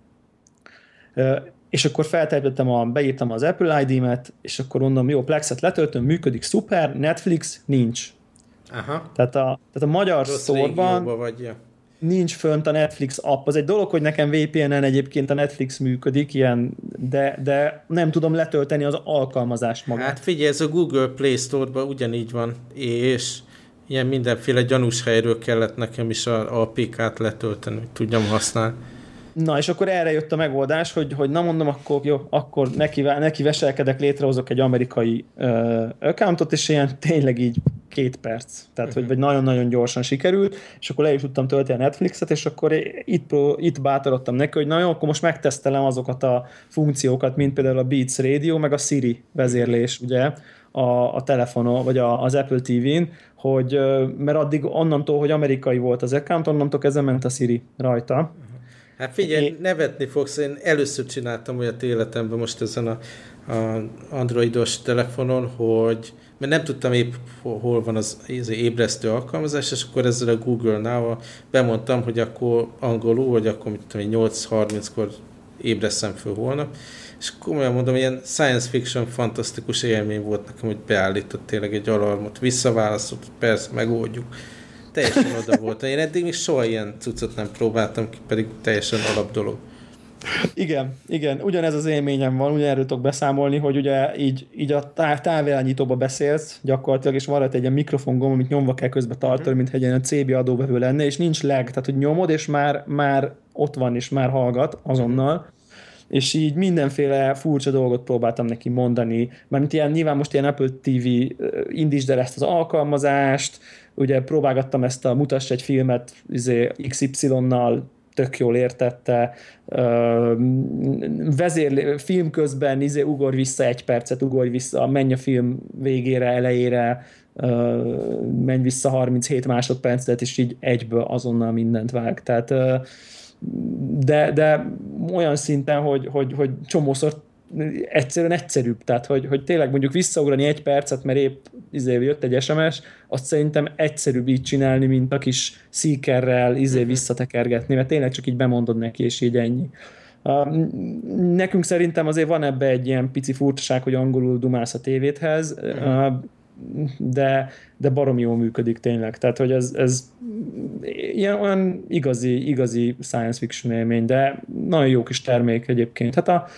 és akkor feltöltöttem, a, beírtam az Apple i dí-met, és akkor mondom, jó, Plexet letöltöm, működik, szuper, Netflix nincs. Aha. Tehát a, tehát a magyar sztorban vagy, ja. nincs fönt a Netflix app. Az egy dolog, hogy nekem vé pé en-en egyébként a Netflix működik, ilyen, de, de nem tudom letölteni az alkalmazást magát. Hát figyelj, ez a Google Play Store-ban ugyanígy van, és ilyen mindenféle gyanús helyről kellett nekem is a, a pé ká-t letölteni, hogy tudjam használni. Na, és akkor erre jött a megoldás, hogy, hogy na mondom, akkor jó, akkor neki, neki veselkedek, létrehozok egy amerikai uh, accountot, és ilyen tényleg így két perc. Tehát, uh-huh. hogy vagy nagyon-nagyon gyorsan sikerült, és akkor le is tudtam tölteni a Netflixet, és akkor itt, itt bátorodtam neki, hogy na jó, akkor most megtesztelem azokat a funkciókat, mint például a Beats Radio, meg a Siri vezérlés, ugye, a, a telefonon, vagy a, az Apple té vén, hogy, mert addig onnantól, hogy amerikai volt az account, onnantól kezdve ment a Siri rajta. Uh-huh. Hát figyelj, é... nevetni fogsz, én először csináltam olyat életemben most ezen a, a androidos telefonon, hogy mert nem tudtam épp hol van az, az ébresztő alkalmazás, és akkor ezzel a Google Now bemondtam, hogy akkor angolul, vagy akkor mit tudom, nyolc harminckor ébreszem föl holnap, és komolyan mondom, ilyen science fiction fantasztikus élmény volt nekem, hogy beállított tényleg egy alarmot, visszaválasztott, persze, megoldjuk. Teljesen oda volt. Én eddig még soha ilyen cuccot nem próbáltam ki, pedig teljesen alap dolog. Igen, igen. Ugyanez az élményem van, ugyanerről tudok beszámolni, hogy ugye így, így a távirányítóba beszélsz gyakorlatilag, és van rajta egy ilyen mikrofongomb, amit nyomva kell közbe tartani, mint egy ilyen cé bé adóvevő lenne, és nincs lag, tehát hogy nyomod, és már, már ott van, és már hallgat azonnal. És így mindenféle furcsa dolgot próbáltam neki mondani, mert ilyen, nyilván most ilyen Apple té vé, indítsd el ezt az alkalmazást, ugye próbálgattam ezt a mutass egy filmet izé, iksz ipszilonnal, tök jól értette, vezérlé, film közben izé, ugorj vissza egy percet, ugorj vissza, menj a film végére, elejére, menj vissza harminchét másodpercet, és így egyből azonnal mindent vág. Tehát, de, de olyan szinten, hogy, hogy, hogy csomószor egyszerűen egyszerűbb. Tehát, hogy, hogy tényleg mondjuk visszaugrani egy percet, mert épp izé jött egy es em es, azt szerintem egyszerűbb így csinálni, mint a kis seekerrel izé uh-huh. visszatekergetni, mert tényleg csak így bemondod neki, és így ennyi. Uh, nekünk szerintem azért van ebbe egy ilyen pici furcsaság, hogy angolul dumálsz a tévédhez, uh, de, de baromi jól működik tényleg. Tehát, hogy ez, ez ilyen olyan igazi, igazi science fiction élmény, de nagyon jó kis termék egyébként. Hát a,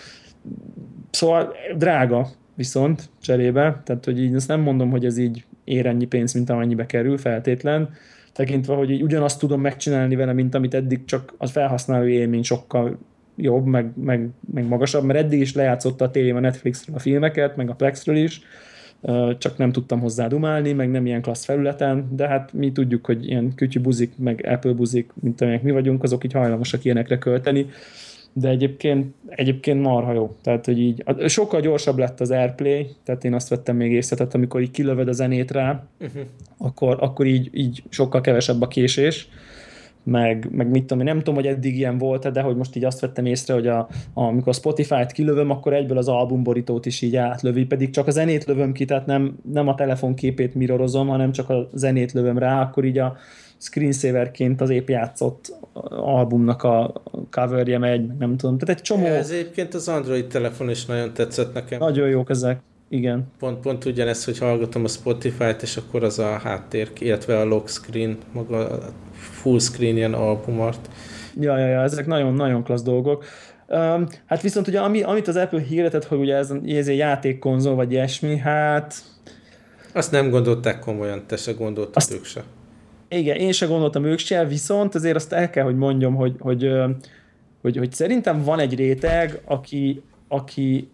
szóval drága viszont cserébe, tehát, hogy így azt nem mondom, hogy ez így ér ennyi pénz, mint amennyibe kerül feltétlen, tekintve, hogy így ugyanazt tudom megcsinálni vele, mint amit eddig, csak az felhasználói élmény sokkal jobb, meg, meg, meg magasabb, mert eddig is lejátszotta a tévém a Netflixről a filmeket, meg a Plexről is, csak nem tudtam hozzá dumálni, meg nem ilyen klassz felületen, de hát mi tudjuk, hogy ilyen kütyű buzik, meg Apple buzik, mint amelyek mi vagyunk, azok így hajlamosak ilyenekre költeni, de egyébként, egyébként marha jó. Tehát, hogy így sokkal gyorsabb lett az AirPlay, tehát én azt vettem még észre, tehát amikor így kilövöd a zenét rá, uh-huh. akkor, akkor így, így sokkal kevesebb a késés, meg, meg mit tudom, én nem tudom, hogy eddig ilyen volt, de hogy most így azt vettem észre, hogy a, a, amikor a Spotify-t kilövöm, akkor egyből az albumborítót is így átlövi, pedig csak a zenét lövöm ki, tehát nem, nem a telefonképét mirrorozom, hanem csak a zenét lövöm rá, akkor így a screensaverként az épp játszott albumnak a coverje megy, nem tudom, tehát egy csomó... Ez egyébként az Android telefon is nagyon tetszett nekem. Nagyon jók ezek, igen. Pont, pont ugyanez, hogy hallgatom a Spotify-t, és akkor az a háttér, illetve a lock screen, maga a full screen ilyen albumart. Ja, ja, ja, ezek nagyon-nagyon klassz dolgok. Um, hát viszont ugye, ami, amit az Apple hirdetett, hogy ugye ez, ez egy játékkonzol, vagy ilyesmi, hát... Azt nem gondolták komolyan, te se gondoltad, azt... ők se. Igen, én se gondoltam ők se, viszont azért azt el kell, hogy mondjam, hogy, hogy, hogy, hogy szerintem van egy réteg, aki, aki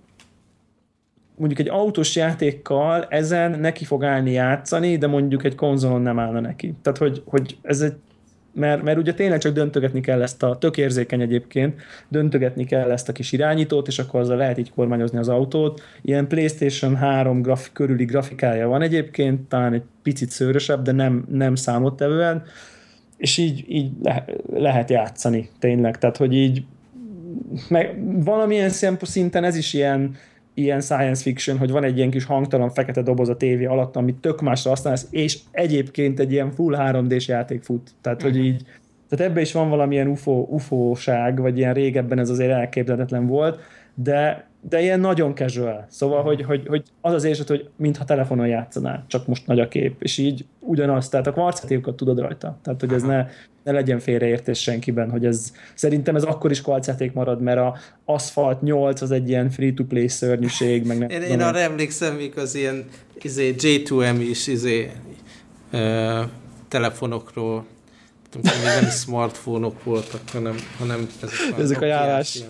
mondjuk egy autós játékkal ezen neki fog állni játszani, de mondjuk egy konzolon nem állna neki. Tehát, hogy, hogy ez egy, mert, mert ugye tényleg csak döntögetni kell ezt a, tök érzékeny egyébként, döntögetni kell ezt a kis irányítót, és akkor azzal lehet így kormányozni az autót. Ilyen PlayStation három graf, körüli grafikája van egyébként, talán egy picit szőrösebb, de nem, nem számottevően, és így, így le, lehet játszani tényleg. Tehát, hogy így meg valamilyen szinten ez is ilyen ilyen science fiction, hogy van egy ilyen kis hangtalan fekete doboz a tévé alatt, amit tök másra használsz, és egyébként egy ilyen full három dés játék fut. Tehát, hogy így, tehát ebben is van valamilyen ufo, ufóság, vagy ilyen régebben ez azért elképzelhetetlen volt, de, de ilyen nagyon casual. Szóval, hogy, hogy, hogy az az érzet, hogy mintha telefonon játszanál, csak most nagy a kép, és így ugyanaz, tehát a kvarcátékokat tudod rajta. Tehát, hogy ez ne, ne legyen félreértés senkiben, hogy ez, szerintem ez akkor is kvarcáték marad, mert a Asphalt nyolc az egy ilyen free-to-play szörnyűség, meg nem Én, én arra emlékszem, még az ilyen izé, jé kettő em is izé, uh, telefonokról, tudom, még nem smartphone-ok voltak, hanem, hanem ezek a, ezek a járás.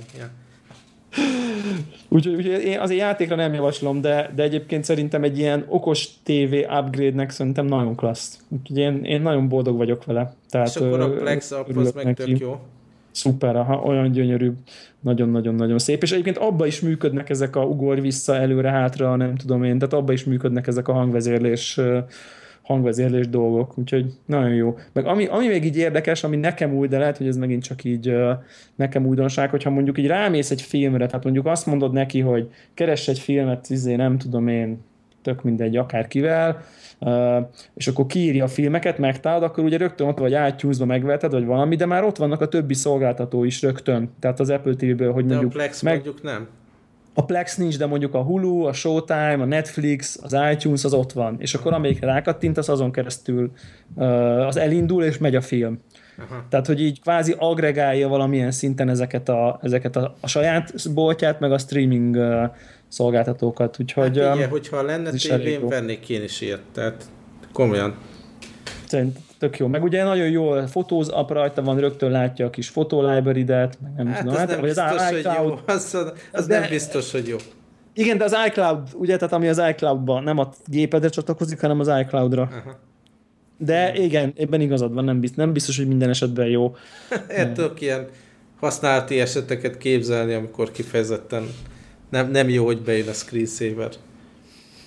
Úgyhogy úgy, én azért játékra nem javaslom, de, de egyébként szerintem egy ilyen okos tévé upgrade-nek szerintem nagyon klassz. Úgyhogy én, én nagyon boldog vagyok vele. Tehát, és akkor a Plex app az meg tök jó. Szuper, aha, olyan gyönyörű, nagyon-nagyon-nagyon szép. És egyébként abba is működnek ezek a ugorj vissza, előre-hátra, nem tudom én, tehát abba is működnek ezek a hangvezérlés hangvezérlés dolgok, úgyhogy nagyon jó. Meg ami, ami még így érdekes, ami nekem új, de lehet, hogy ez megint csak így uh, nekem újdonság, hogyha mondjuk így rámész egy filmre, tehát mondjuk azt mondod neki, hogy keress egy filmet, izé, nem tudom én, tök mindegy, akárkivel, uh, és akkor kiírja a filmeket, megtalálod, akkor ugye rögtön ott vagy iTunes-ba megveted, vagy valami, de már ott vannak a többi szolgáltató is rögtön, tehát az Apple té véből, hogy de mondjuk... a Plex meg... mondjuk nem. A Plex nincs, de mondjuk a Hulu, a Showtime, a Netflix, az iTunes, az ott van. És akkor amelyikre rákattintasz, azon keresztül uh, az elindul, és megy a film. Aha. Tehát, hogy így kvázi agregálja valamilyen szinten ezeket a, ezeket a, a saját boltját, meg a streaming uh, szolgáltatókat. Úgyhogy, hát igen, hogyha lenne tévén, vennék én is ilyet. Tehát komolyan. Szerint tök jó. Meg ugye nagyon jó Photos app rajta van, rögtön látja a kis photo-library-det, meg nem hát tudom. Az hát, nem vagy biztos, az hogy iCloud, jó. Az, az, az de, nem biztos, hogy jó. Igen, de az iCloud, ugye, tehát ami az iCloud-ban nem a gépedre csatlakozik, hanem az iCloud-ra. Aha. De igen, ebben igazad van, nem biztos, nem biztos, hogy minden esetben jó. Tudok ilyen használati eseteket képzelni, amikor kifejezetten nem, nem jó, hogy bejön a screensaver.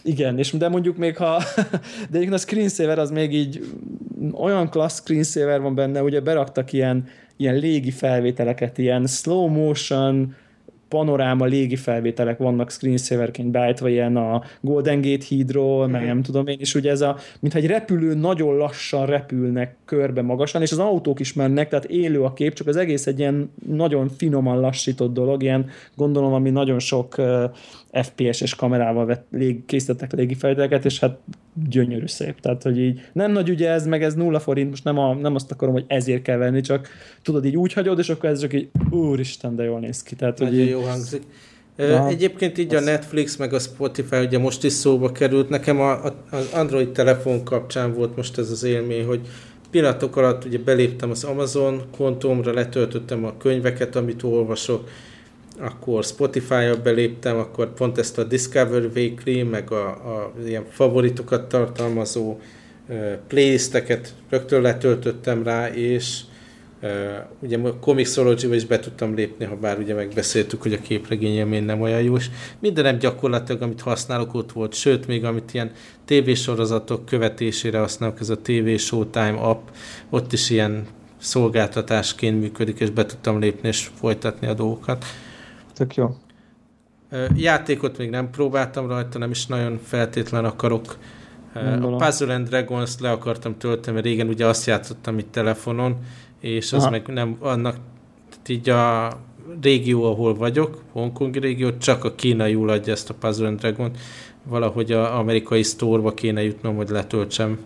Igen, és de mondjuk még ha, de egyébként a screensaver az még így olyan klassz screensaver van benne, ugye beraktak ilyen, ilyen légi felvételeket, ilyen slow motion, panoráma légi felvételek vannak screensaverként beállítva, ilyen a Golden Gate hídról, meg nem tudom én, és ugye ez a, mintha egy repülő nagyon lassan repülnek körbe magasan, és az autók is mennek, tehát élő a kép, csak az egész egy ilyen nagyon finoman lassított dolog, ilyen gondolom, ami nagyon sok uh, ef pé es-es kamerával vett, lég, készítettek légi felvételeket, és hát gyönyörű szép. Tehát, hogy így nem nagy ügye ez, meg ez nulla forint, most nem, a, nem azt akarom, hogy ezért kell venni, csak tudod, így úgy hagyod, és akkor ez csak így, úristen, de jól néz ki. Tehát, nagyon hogy jó hangzik. Na, egyébként így az... a Netflix meg a Spotify ugye most is szóba került. Nekem a, a, az Android telefon kapcsán volt most ez az élmény, hogy pillanatok alatt ugye beléptem az Amazon kontómra, letöltöttem a könyveket, amit olvasok, akkor Spotify-ra beléptem, akkor pont ezt a Discover Weekly, meg a, a ilyen favoritokat tartalmazó uh, playlisteket rögtön letöltöttem rá, és uh, ugye a Comixology-ba is be tudtam lépni, ha bár ugye megbeszéltük, hogy a képregényélmény nem olyan jó, és mindenem gyakorlatilag, amit használok, ott volt, sőt, még amit ilyen tévésorozatok követésére használok, ez a té vé Showtime app, ott is ilyen szolgáltatásként működik, és be tudtam lépni, és folytatni a dolgokat. Tök jó. Játékot még nem próbáltam rajta, nem is nagyon feltétlen akarok. Gondolom. A Puzzle and Dragons le akartam tölteni, mert régen ugye azt játszottam itt telefonon, és az Aha. meg nem annak, így a régió, ahol vagyok, Hongkongi régió, csak a kínaiul adja ezt a Puzzle and Dragon. Valahogy az amerikai sztorba kéne jutnom, hogy letöltsem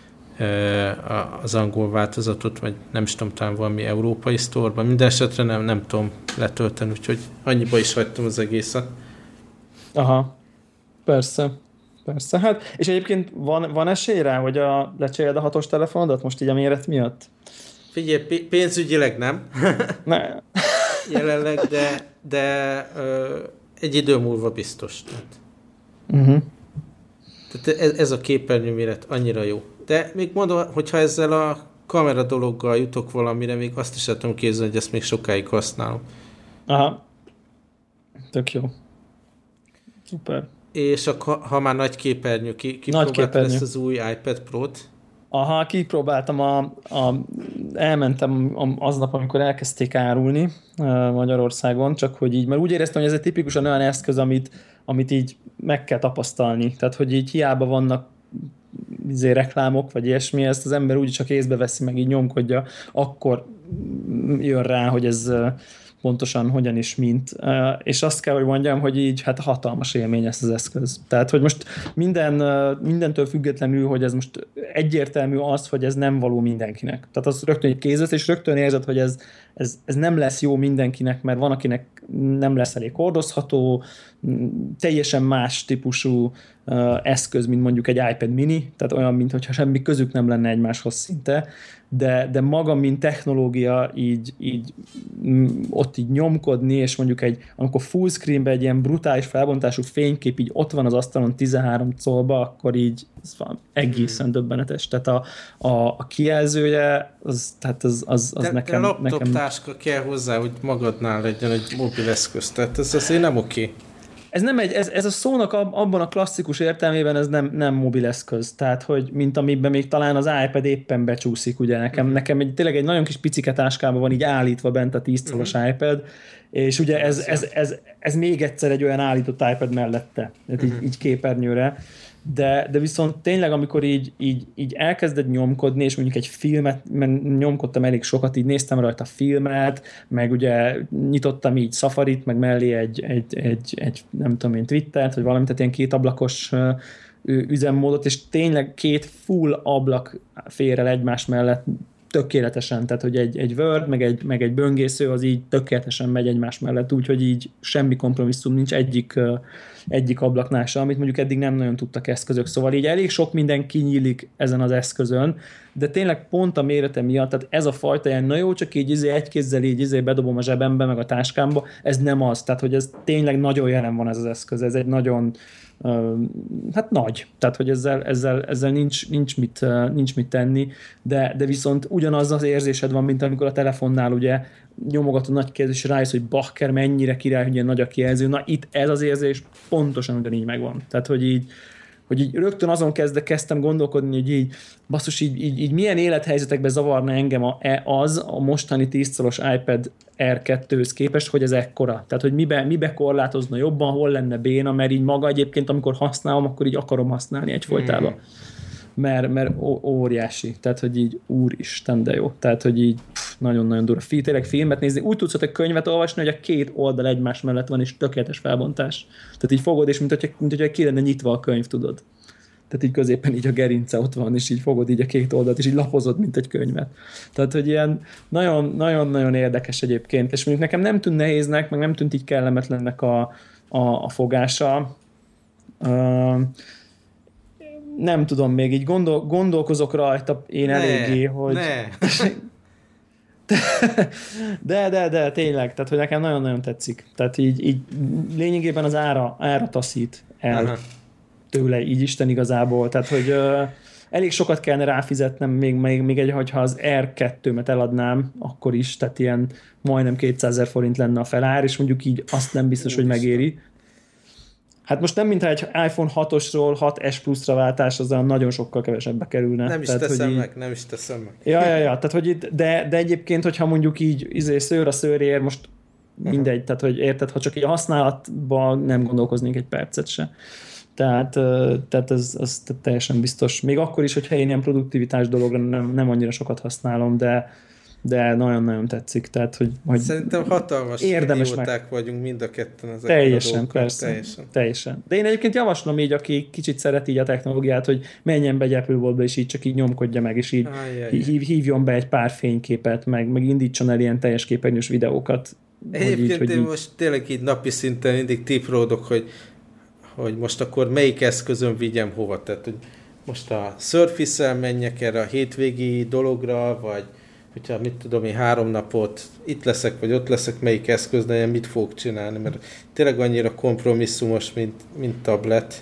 az angol változatot, vagy nem is tudom, talán valami európai sztorban. Minden esetre nem, nem tudom letölteni, úgyhogy annyiba is hagytam az egészet. Aha, persze. Persze, hát, és egyébként van, van esély rá, hogy a, lecseréled a hatos telefonodat most így a méret miatt? Figyelj, pénzügyileg nem. Ne. Jelenleg, de, de ö, egy idő múlva biztos. Tehát, uh-huh. tehát ez, ez a képernyő méret annyira jó. De még mondom, hogyha ezzel a kamera dologgal jutok valamire, még azt is tudom képzelni, hogy ezt még sokáig használom. Aha. Tök jó. Szuper. És a, ha már nagy képernyő, ki, kipróbáltad ezt az új iPad Pro-t? Aha, kipróbáltam, a, a, elmentem aznap, amikor elkezdték árulni Magyarországon, csak hogy így, mert úgy éreztem, hogy ez egy tipikusan olyan eszköz, amit, amit így meg kell tapasztalni. Tehát, hogy így hiába vannak izé reklámok, vagy ilyesmi, ezt az ember úgy csak észbe veszi, meg így nyomkodja, akkor jön rá, hogy ez pontosan hogyan is mint. És azt kell, hogy mondjam, hogy így hát hatalmas élmény ez az eszköz. Tehát, hogy most minden, mindentől függetlenül, hogy ez most egyértelmű az, hogy ez nem való mindenkinek. Tehát az rögtön egy kézzel, és rögtön érzed, hogy ez, ez, ez nem lesz jó mindenkinek, mert van, akinek nem lesz elég hordozható, teljesen más típusú eszköz, mint mondjuk egy iPad mini, tehát olyan, mintha semmi közük nem lenne egymáshoz szinte, de, de maga, mint technológia így, így ott így nyomkodni, és mondjuk egy, amikor full screenben egy ilyen brutális felbontású fénykép így ott van az asztalon tizenhárom colba, akkor így ez van egészen döbbenetes. Tehát a, a, a kijelzője, az, tehát az, az, az de, nekem... De laptop nekem... táska kell hozzá, hogy magadnál legyen egy mobil eszköz, tehát ez azért nem oké. Okay. Ez, nem egy, ez, ez a szónak abban a klasszikus értelmében ez nem, nem mobileszköz, tehát hogy mint amiben még talán az iPad éppen becsúszik, ugye nekem, uh-huh. nekem egy, tényleg egy nagyon kis picike táskában van így állítva bent a tíz colos uh-huh. iPad, és ugye ez, ez, ez, ez még egyszer egy olyan állított iPad mellette, uh-huh. így, így képernyőre, de, de viszont tényleg amikor így, így, így elkezded nyomkodni, és mondjuk egy filmet, mert nyomkodtam elég sokat, így néztem rajta filmet, meg ugye nyitottam így Safarit, meg mellé egy, egy, egy, egy nem tudom én, Twittert, vagy valamit, tehát ilyen kétablakos üzemmódot, és tényleg két full ablak fér el egymás mellett tökéletesen, tehát hogy egy, egy Word, meg egy, meg egy böngésző, az így tökéletesen megy egymás mellett, úgyhogy így semmi kompromisszum nincs egyik, egyik ablaknál sem, amit mondjuk eddig nem nagyon tudtak eszközök, szóval így elég sok minden kinyílik ezen az eszközön, de tényleg pont a mérete miatt, tehát ez a fajta ilyen, na jó, csak így izé egy kézzel így izé bedobom a zsebembe, meg a táskámba, ez nem az, tehát hogy ez tényleg nagyon jelen van ez az eszköz, ez egy nagyon Uh, hát nagy, tehát hogy ezzel, ezzel, ezzel nincs, nincs, mit, uh, nincs mit tenni, de, de viszont ugyanaz az érzésed van, mint amikor a telefonnál ugye nyomogatod nagy kijelző, és rájössz, hogy bakker, mennyire király, hogy ilyen nagy a kijelző. Na itt ez az érzés pontosan ugyanígy megvan. Tehát, hogy így hogy így rögtön azon kezdde, kezdtem gondolkodni, hogy így basszus, így, így, így milyen élethelyzetekben zavarna engem a, az a mostani tíz colos iPad Air kettőhöz képest, hogy ez ekkora. Tehát, hogy mibe, mibe korlátozna jobban, hol lenne béna, mert így maga egyébként, amikor használom, akkor így akarom használni egyfolytában. Mm. Mert, mert óriási. Tehát, hogy így úristen, de jó. Tehát, hogy így pff, nagyon-nagyon durva. Fi, tényleg filmet nézni. Úgy tudsz egy könyvet olvasni, hogy a két oldal egymás mellett van, és tökéletes felbontás. Tehát így fogod, és mint hogyha, mint hogyha ki lenne nyitva a könyv, tudod. Tehát így középen így a gerince ott van, és így fogod így a két oldalt, és így lapozod, mint egy könyvet. Tehát, hogy ilyen nagyon-nagyon érdekes egyébként. És mondjuk nekem nem tűnt nehéznek, meg nem tűnt így kellemetlennek a, a, a fogása. Uh, nem tudom, még így gondol, gondolkozok rajta én ne, eléggé, hogy... Ne. De, de, de, tényleg, tehát, hogy nekem nagyon-nagyon tetszik. Tehát így, így lényegében az ára, ára taszít el Aha. tőle, így Isten igazából. Tehát, hogy uh, elég sokat kellene ráfizetnem, még, még, még egy, hogyha az er kettőmet eladnám, akkor is, tehát ilyen majdnem kétszázezer forint lenne a felár, és mondjuk így azt nem biztos, hogy megéri. Hát most nem, mintha egy iPhone hatosról hat es Plus-ra váltás, azzal nagyon sokkal kevesebbe kerülne. Nem is tehát, teszem így... meg, nem is teszem meg. Ja, ja, ja, tehát, hogy itt, de, de egyébként, hogyha mondjuk így izé, szőr a szőrér, most mindegy, uh-huh. tehát, hogy érted, ha csak így a használatban nem gondolkoznénk egy percet se. Tehát, tehát ez, ez teljesen biztos. Még akkor is, hogyha én ilyen produktivitás dologra nem, nem annyira sokat használom, de de nagyon-nagyon tetszik. Tehát, hogy, hogy szerintem hatalmas idióták meg... vagyunk mind a ketten ezek teljesen, a dolgokat. Persze, teljesen, teljesen. De én egyébként javaslom így, aki kicsit szeret így a technológiát, hogy menjen be egy Apple Vaultba, és így csak így nyomkodja meg, és így hív, hívjon be egy pár fényképet, meg, meg indítson el ilyen teljes képernyős videókat. Egyébként így, hogy én így... most tényleg így napi szinten mindig tipródok, hogy, hogy most akkor melyik eszközön vigyem hova. Tehát, hogy most a Surface-el menjek erre a hétvégi dologra, vagy hogyha mit tudom én három napot itt leszek, vagy ott leszek, melyik eszköznál, mit fogok csinálni, mert tényleg annyira kompromisszumos, mint, mint tablet,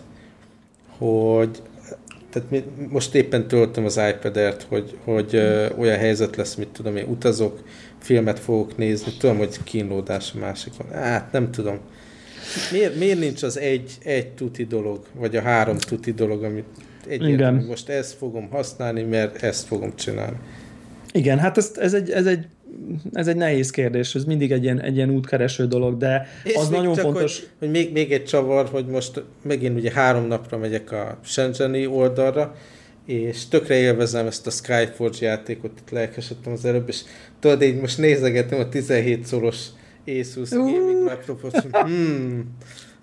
hogy tehát most éppen töltöm az iPad Air-t, hogy, hogy ö, olyan helyzet lesz, mit tudom én, utazok, filmet fogok nézni, tudom, hogy kínlódás a másikon. Hát nem tudom. Miért, miért nincs az egy, egy tuti dolog, vagy a három tuti dolog, amit egyértelmű, most ezt fogom használni, mert ezt fogom csinálni. Igen, hát ez, ez, egy, ez, egy, ez egy nehéz kérdés, ez mindig egy ilyen, egy ilyen útkereső dolog, de és az nagyon csak, fontos... Hogy, hogy még, még egy csavar, hogy most megint ugye három napra megyek a Shenzheni oldalra, és tökre élvezem ezt a Skyforge játékot, itt lelkesedtem az előbb, és tudod, én most nézegetem a tizenhét szoros Asus uh. gaming laptopot, hmm.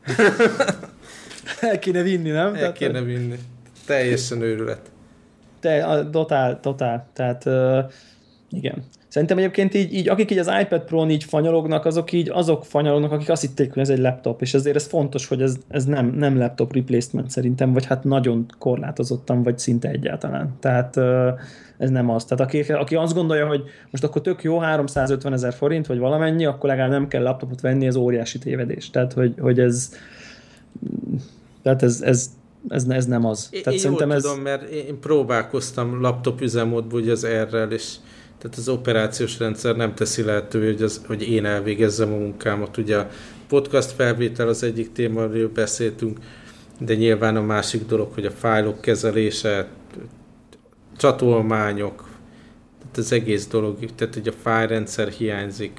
El kéne vinni, nem? El kéne vinni. Teljesen őrület. Te, totál, totál. Tehát uh, igen. Szerintem egyébként így, így, akik így az iPad Pro-n így fanyalognak, azok így azok fanyalognak, akik azt hitték, hogy ez egy laptop, és ezért ez fontos, hogy ez, ez nem, nem laptop replacement szerintem, vagy hát nagyon korlátozottan, vagy szinte egyáltalán. Tehát uh, ez nem az. Tehát aki, aki azt gondolja, hogy most akkor tök jó, háromszázötven ezer forint, vagy valamennyi, akkor legalább nem kell laptopot venni, ez óriási tévedés. Tehát, hogy, hogy ez tehát ez, ez Ez, ez nem az. Én, tehát én jól ez... tudom, mert én próbálkoztam laptop üzemmódból, ugye az erre, és tehát az operációs rendszer nem teszi lehetővé, hogy, az, hogy én elvégezzem a munkámat. Ugye a podcast felvétel az egyik téma, amiről beszéltünk, de nyilván a másik dolog, hogy a fájlok kezelése, csatolmányok, tehát az egész dolog, tehát hogy a fájlrendszer hiányzik.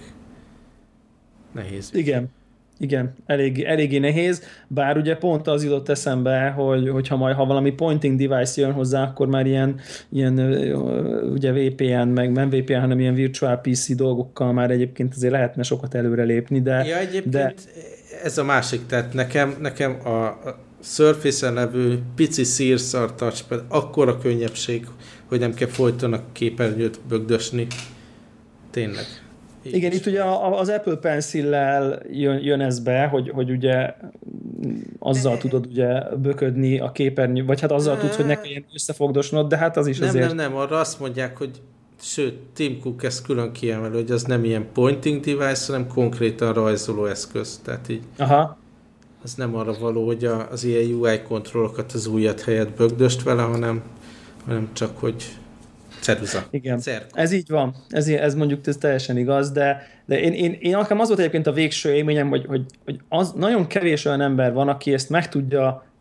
Nehéz. Igen. Igen, elég, eléggé nehéz, bár ugye pont az jutott eszembe, hogy hogyha majd ha valami pointing device jön hozzá, akkor már ilyen, ilyen ugye vé pé en, meg nem vé pé en, hanem ilyen virtual pé cé dolgokkal már egyébként azért lehetne sokat előrelépni, de... Ja, egyébként de... ez a másik, tehát nekem, nekem a Surface-en levő pici szírszar touchpad akkora könnyebbség, hogy nem kell folyton a képernyőt bögdösni. Tényleg. Így igen, is. Itt ugye az Apple Pencil-lel jön, jön ez be, hogy, hogy ugye azzal tudod ugye böködni a képernyő, vagy hát azzal tudsz, hogy ne kelljen összefogdosnod, de hát az is nem, azért... Nem, nem, arra azt mondják, hogy sőt, Tim Cook ezt külön kiemelő, hogy az nem ilyen pointing device, hanem konkrétan rajzoló eszköz. Tehát így Aha. az nem arra való, hogy a, az ilyen u i kontrollokat az ujjad helyett bögdöst vele, hanem, hanem csak, hogy ceruza. Igen, Cerko. Ez így van. Ez, ez mondjuk ez teljesen igaz, de, de én, én, én nekem az volt egyébként a végső élményem, hogy, hogy, hogy az nagyon kevés olyan ember van, aki ezt meg tudja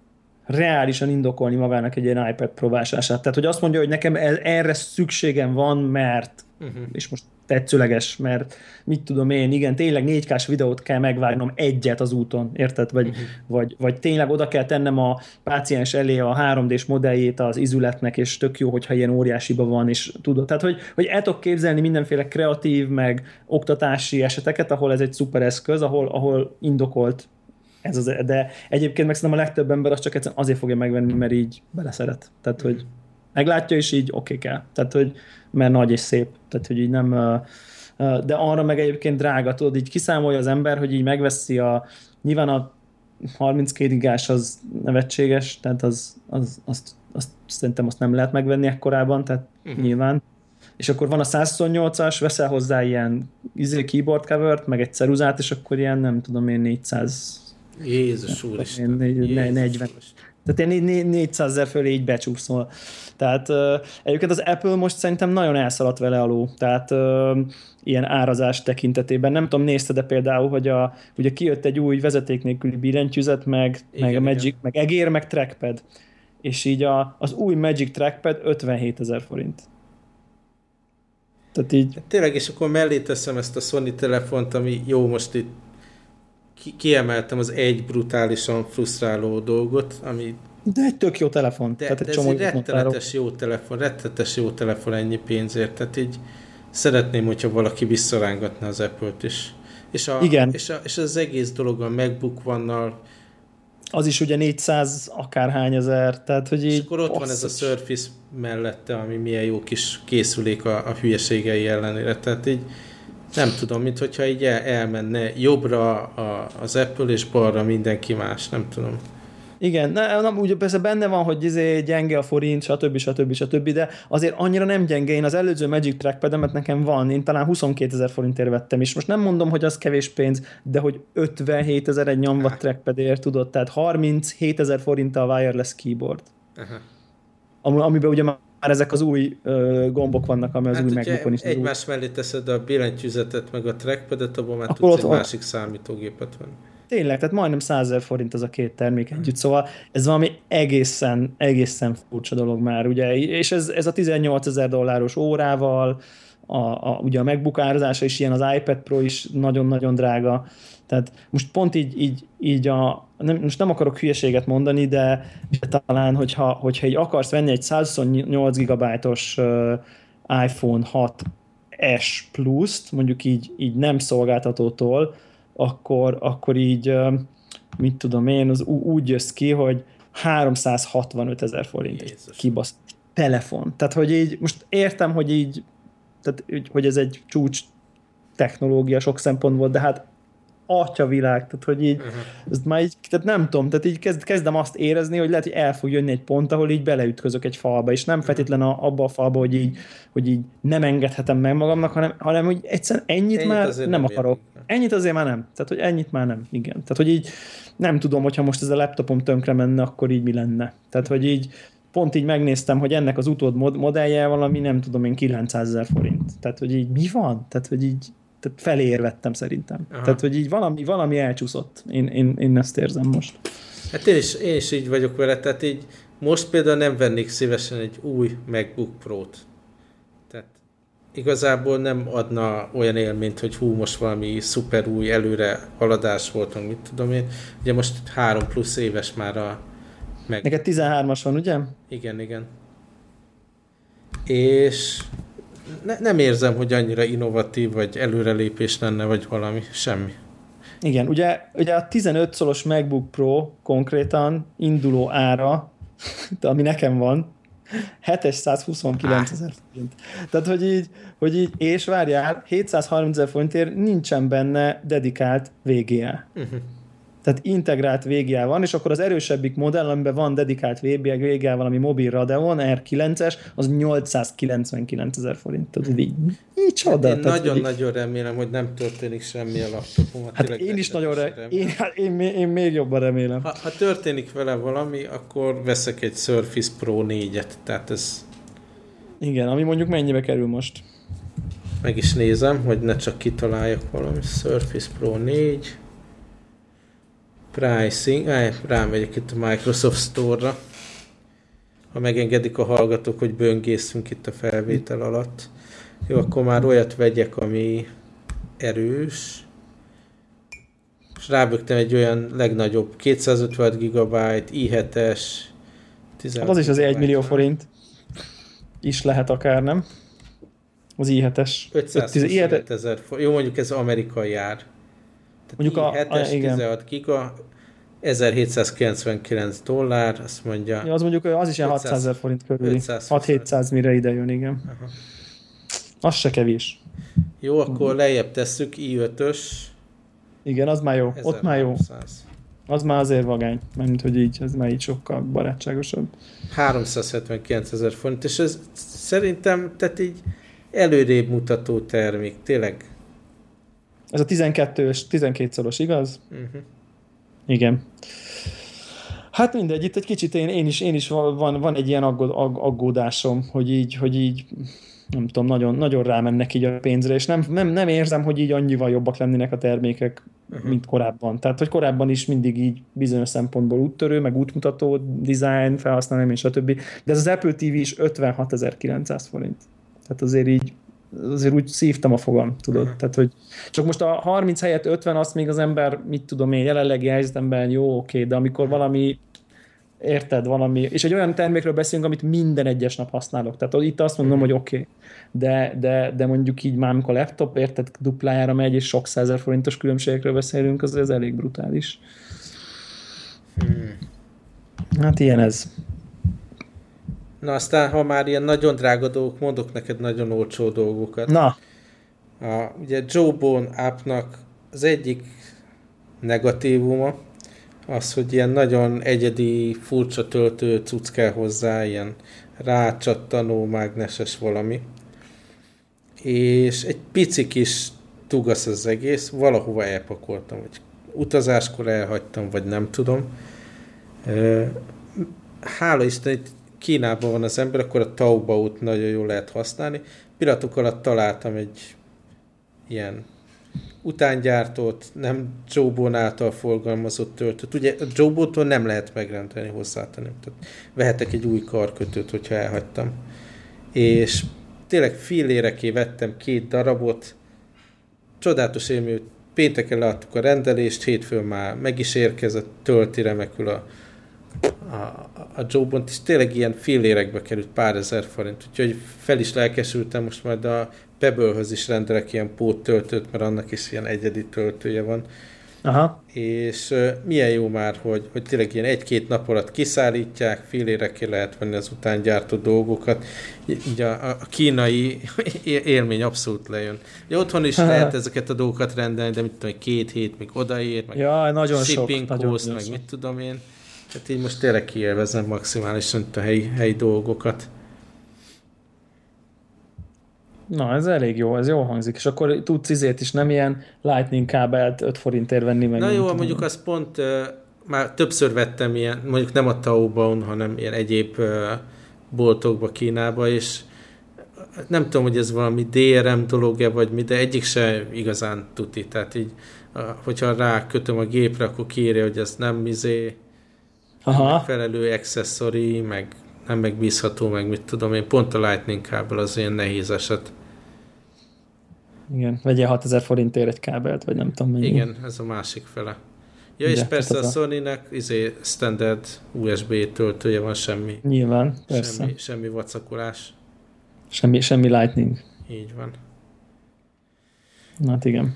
reálisan indokolni magának egy ilyen iPad Pro vásárlását. Tehát, hogy azt mondja, hogy nekem erre szükségem van, mert, uh-huh. és most tetszőleges, mert mit tudom én, igen, tényleg négy kás videót kell megvágnom egyet az úton, érted? Vagy, uh-huh. vagy, vagy tényleg oda kell tennem a páciens elé a három dés modelljét az izületnek, és tök jó, hogyha ilyen óriásiba van, és tudod. Tehát, hogy, hogy el tudok képzelni mindenféle kreatív, meg oktatási eseteket, ahol ez egy szuper eszköz, ahol, ahol indokolt ez az, de egyébként meg szerintem a legtöbb ember az csak egyszerűen azért fogja megvenni, mert így beleszeret. Tehát, hogy meglátja, és így oké okay kell. Tehát, hogy mert nagy és szép. Tehát, hogy így nem... De arra meg egyébként drága, tudod, így kiszámolja az ember, hogy így megveszi a... Nyilván a harminckét gigás az nevetséges, tehát az, az, azt, azt, szerintem azt nem lehet megvenni ekkorában, tehát uh-huh. nyilván. És akkor van a százhuszonnyolcas, veszel hozzá ilyen izé keyboard covert, meg egy ceruzát, és akkor ilyen, nem tudom én, négyszáz... Jézus úristen. negyven. Tehát én négyszázezer fölé így becsúszol. Tehát uh, egyébként az Apple most szerintem nagyon elszaladt vele a ló. Tehát uh, ilyen árazás tekintetében. Nem tudom, nézted de például, hogy a, ugye kijött egy új vezeték nélküli billentyűzet, meg, igen, meg a Magic, igen. meg egér, meg trackpad. És így a, az új Magic Trackpad ötvenhétezer forint. Tehát így... Tényleg, és akkor mellé teszem ezt a Sony telefont, ami jó, most itt ki- kiemeltem az egy brutálisan frusztráló dolgot, ami... De egy tök jó telefon. De, tehát egy de ez egy rettenetes jó telefon, rettenetes jó telefon ennyi pénzért, tehát így szeretném, hogyha valaki visszarángatna az Apple-t is. És, a, Igen. És, a, és az egész dolog a MacBook One-nal. Az is ugye négyszáz akárhány ezer, tehát hogy így... És akkor ott basszus. Van ez a Surface mellette, ami milyen jó kis készülék a, a hülyeségei ellenére, tehát így nem tudom, mint hogyha így el, elmenne jobbra a, az Apple és balra mindenki más, nem tudom. Igen, nem, nem, ugye persze benne van, hogy izé gyenge a forint, stb. stb. stb. De azért annyira nem gyenge. Én az előző Magic Trackpademet nekem van, én talán huszonkétezer forintért vettem, és most nem mondom, hogy az kevés pénz, de hogy ötvenhétezer egy nyomvat trackpadért, tudod, tehát harminchétezer forint a wireless keyboard. Aha. Amiben ugye már ezek az új ö, gombok vannak, ami az hát, új MacBookon is. Egymás mellé teszed a billentyűzetet meg a trackpadet, abban már akkor tudsz egy másik számítógépet venni. Tényleg, tehát majdnem százezer forint az a két termék együtt, szóval ez valami egészen, egészen furcsa dolog már, ugye, és ez, ez a tizennyolcezer dolláros órával, a, a, ugye a MacBook árazása is ilyen, az iPad Pro is nagyon-nagyon drága, tehát most pont így, így, így a, nem, most nem akarok hülyeséget mondani, de, de talán, hogyha, hogyha így akarsz venni egy százhuszonnyolc gigabájtos uh, iPhone hat es Plus-t, mondjuk így, így nem szolgáltatótól, akkor, akkor így, mit tudom én, az úgy jössz ki, hogy háromszázhatvanötezer forint kibasz telefon. Tehát, hogy így, most értem, hogy így, tehát, hogy ez egy csúcs technológia sok szempontból, de hát atyavilág, tehát, hogy így, uh-huh. ezt már így, tehát nem tudom, tehát így kezd, kezdem azt érezni, hogy lehet, hogy el fog jönni egy pont, ahol így beleütközök egy falba, és nem feltétlen a, abba a falba, hogy így, hogy így nem engedhetem meg magamnak, hanem, hanem hogy egyszerűen ennyit, ennyit már nem, nem akarok. Jön. Ennyit azért már nem. Tehát, hogy ennyit már nem. Igen. Tehát, hogy így nem tudom, hogyha most ez a laptopom tönkre menne, akkor így mi lenne. Tehát, hogy így pont így megnéztem, hogy ennek az utód modellje valami, nem tudom én, kilencszázezer forint. Tehát, hogy így mi van? Tehát, hogy így tehát felér vettem szerintem. Aha. Tehát, hogy így valami, valami elcsúszott. Én, én, én ezt érzem most. Hát én is, én is így vagyok vele, tehát így most például nem vennék szívesen egy új MacBook Pro-t. Tehát igazából nem adna olyan élményt, hogy hú, most valami szuper új előre haladás volt, mit tudom én. Ugye most három plusz éves már a meg... Neked tizenhármas van, ugye? Igen, igen. És ne, nem érzem, hogy annyira innovatív, vagy előrelépés lenne, vagy valami, semmi. Igen, ugye, ugye a tizenöt szolos MacBook Pro konkrétan induló ára, ami nekem van, hétszázhuszonkilencezer forint. Tehát, hogy így, hogy így, és várjál, hétszázharmincezer forintért nincsen benne dedikált vé gé á. Uh-huh. Tehát integrált vé gé á van, és akkor az erősebbik modell, amiben van dedikált vé gé á, valami mobil Radeon er kilences, az nyolcszázkilencvenkilencezer forint. Tehát így, így csoda. Hát én nagyon-nagyon így... remélem, hogy nem történik semmi a laptopon. Hát én is nagyon remélem. Én, én, én, én még jobban remélem. Ha, ha történik vele valami, akkor veszek egy Surface Pro négyet. Tehát ez... Igen, ami mondjuk mennyibe kerül most? Meg is nézem, hogy ne csak kitaláljak valami. Surface Pro négy. Pricing, eh, rámegyek itt a Microsoft Store-ra, ha megengedik a hallgatók, hogy böngészünk itt a felvétel alatt. Jó, akkor már olyat vegyek, ami erős. És rábögtem egy olyan legnagyobb kétszázötven gigabyte, i hetes. Hát az is az egy millió forint is lehet akár, nem? Az i hetes. ötszázhuszonöt ezer forint. Jó, mondjuk ez amerikai ár. Tehát mondjuk i hetes, a, a tizenhat giga, ezerhétszázkilencvenkilenc dollár, azt mondja. Ja, az mondjuk az is ilyen hatszázezer forint körül. hat-hétszáz mire ide jön, igen. Aha. Az se kevés. Jó, akkor lejjebb tesszük, i ötös. Igen, az már jó. Ott már jó. Az már azért vagány, mert hogy így, ez már így sokkal barátságosabb. háromszázhetvenkilenc ezer forint, és ez szerintem, tehát így előrébb mutató termék, tényleg. Ez a tizenkettős, tizenkétszoros, igaz? Uh-huh. Igen. Hát mindegy, itt egy kicsit én, én is, én is van, van egy ilyen aggód, aggódásom, hogy így, hogy így nem tudom, nagyon, nagyon rámennek így a pénzre, és nem, nem, nem érzem, hogy így annyival jobbak lennének a termékek, uh-huh. mint korábban. Tehát, hogy korábban is mindig így bizonyos szempontból úttörő, meg útmutató, design, felhasználom, és stb. De ez az Apple té vé is ötvenhatezer-kilencszáz forint. Tehát azért így, azért úgy szívtam a fogam, tudod. Uh-huh. Tehát, hogy csak most a harminc helyett ötven, azt még az ember, mit tudom én, jelenlegi helyzetemben jó, oké, de amikor valami érted, valami, és egy olyan termékről beszélünk, amit minden egyes nap használok. Tehát itt azt mondom, hogy oké, okay. de, de, de mondjuk így már, amikor a laptop, érted, duplájára megy, és sok százer forintos különbségekről beszélünk, az ez elég brutális. Hmm. Hát ilyen ez. Na aztán, ha már ilyen nagyon drága dolgok, mondok neked nagyon olcsó dolgokat. Na. A, ugye Jawbone appnak az egyik negatívuma, az, hogy ilyen nagyon egyedi, furcsa töltő cucc kell hozzá, ilyen rácsattanó, mágneses valami. És egy pici kis tugasz az egész, valahova elpakoltam, vagy utazáskor elhagytam, vagy nem tudom. Hála Isten, itt Kínában van az ember, akkor a Taobao-t nagyon jól lehet használni. Pillanatok alatt találtam egy ilyen utángyártót, nem Jawbone által forgalmazott töltőt. Ugye a Jawbone-tól nem lehet megrendelni, hozzátenni. Tehát vehetek egy új karkötőt, hogyha elhagytam. És tényleg filléreké vettem két darabot. Csodálatos élmény, pénteken leadtuk a rendelést, hétfőn már meg is érkezett, tölti remekül a, a, a Jawbone-t, és tényleg ilyen fillérekbe került pár ezer forint. Úgyhogy fel is lelkesültem, most majd a Pebble-höz is rendelek ilyen póttöltőt, mert annak is ilyen egyedi töltője van. Aha. És uh, milyen jó már, hogy, hogy tényleg ilyen egy-két nap alatt kiszállítják, félérekké lehet venni az után gyártott dolgokat. Így a, a kínai élmény abszolút lejön. Ugye otthon is lehet ezeket a dolgokat rendelni, de mit tudom, két hét még odaér, meg ja, nagyon shipping sok, cost, nagyon meg sok. mit tudom én. Tehát így most tényleg kielvezem maximálisan a helyi, helyi dolgokat. Na, ez elég jó, ez jó hangzik. És akkor tudsz izét is, nem ilyen lightning kábelt öt forintért venni meg. Na jó, tudom. Mondjuk azt pont uh, már többször vettem ilyen, mondjuk nem a Taobao-n, hanem ilyen egyéb uh, boltokba Kínába, és nem tudom, hogy ez valami dé er em dolog-e, vagy mi, de egyik se igazán tuti. Tehát így, uh, hogyha rákötöm a gépre, akkor kiírja, hogy ez nem izé, megfelelő accessory, meg nem megbízható, meg mit tudom én, pont a Lightning kábel az ilyen nehéz eset. Igen, vegyél hatezer forintért egy kábelt, vagy nem tudom mennyi. Igen, ez a másik fele. Ja, és de, persze a Sony-nek izé, standard u es bé töltője van, semmi. Nyilván, persze. Semmi, semmi vacakolás. Semmi, semmi Lightning. Így van. Na hát igen.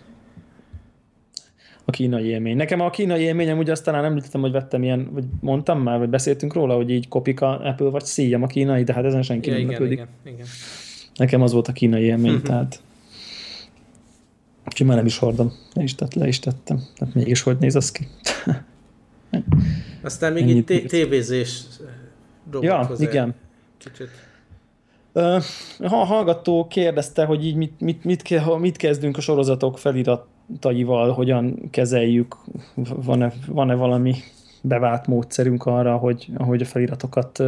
A kínai élmény. Nekem a kínai élményem úgy aztán említettem, hogy vettem ilyen, vagy mondtam már, vagy beszéltünk róla, hogy így kopik a Apple, vagy szíjam a kínai, de hát ezen senki ja, nem igen, igen, igen. Nekem az volt a kínai élmény, uh-huh. tehát úgyhogy már nem is hordom. Le is, tett, le is tettem. Tehát mégis hogy néz az ki? Aztán még itt tévézés ja, hozzá. Igen. Kicsit. A hallgató kérdezte, hogy így mit, mit, mit, mit kezdünk a sorozatok felirataival, hogyan kezeljük, van-e, van-e valami bevált módszerünk arra, hogy, hogy a feliratokat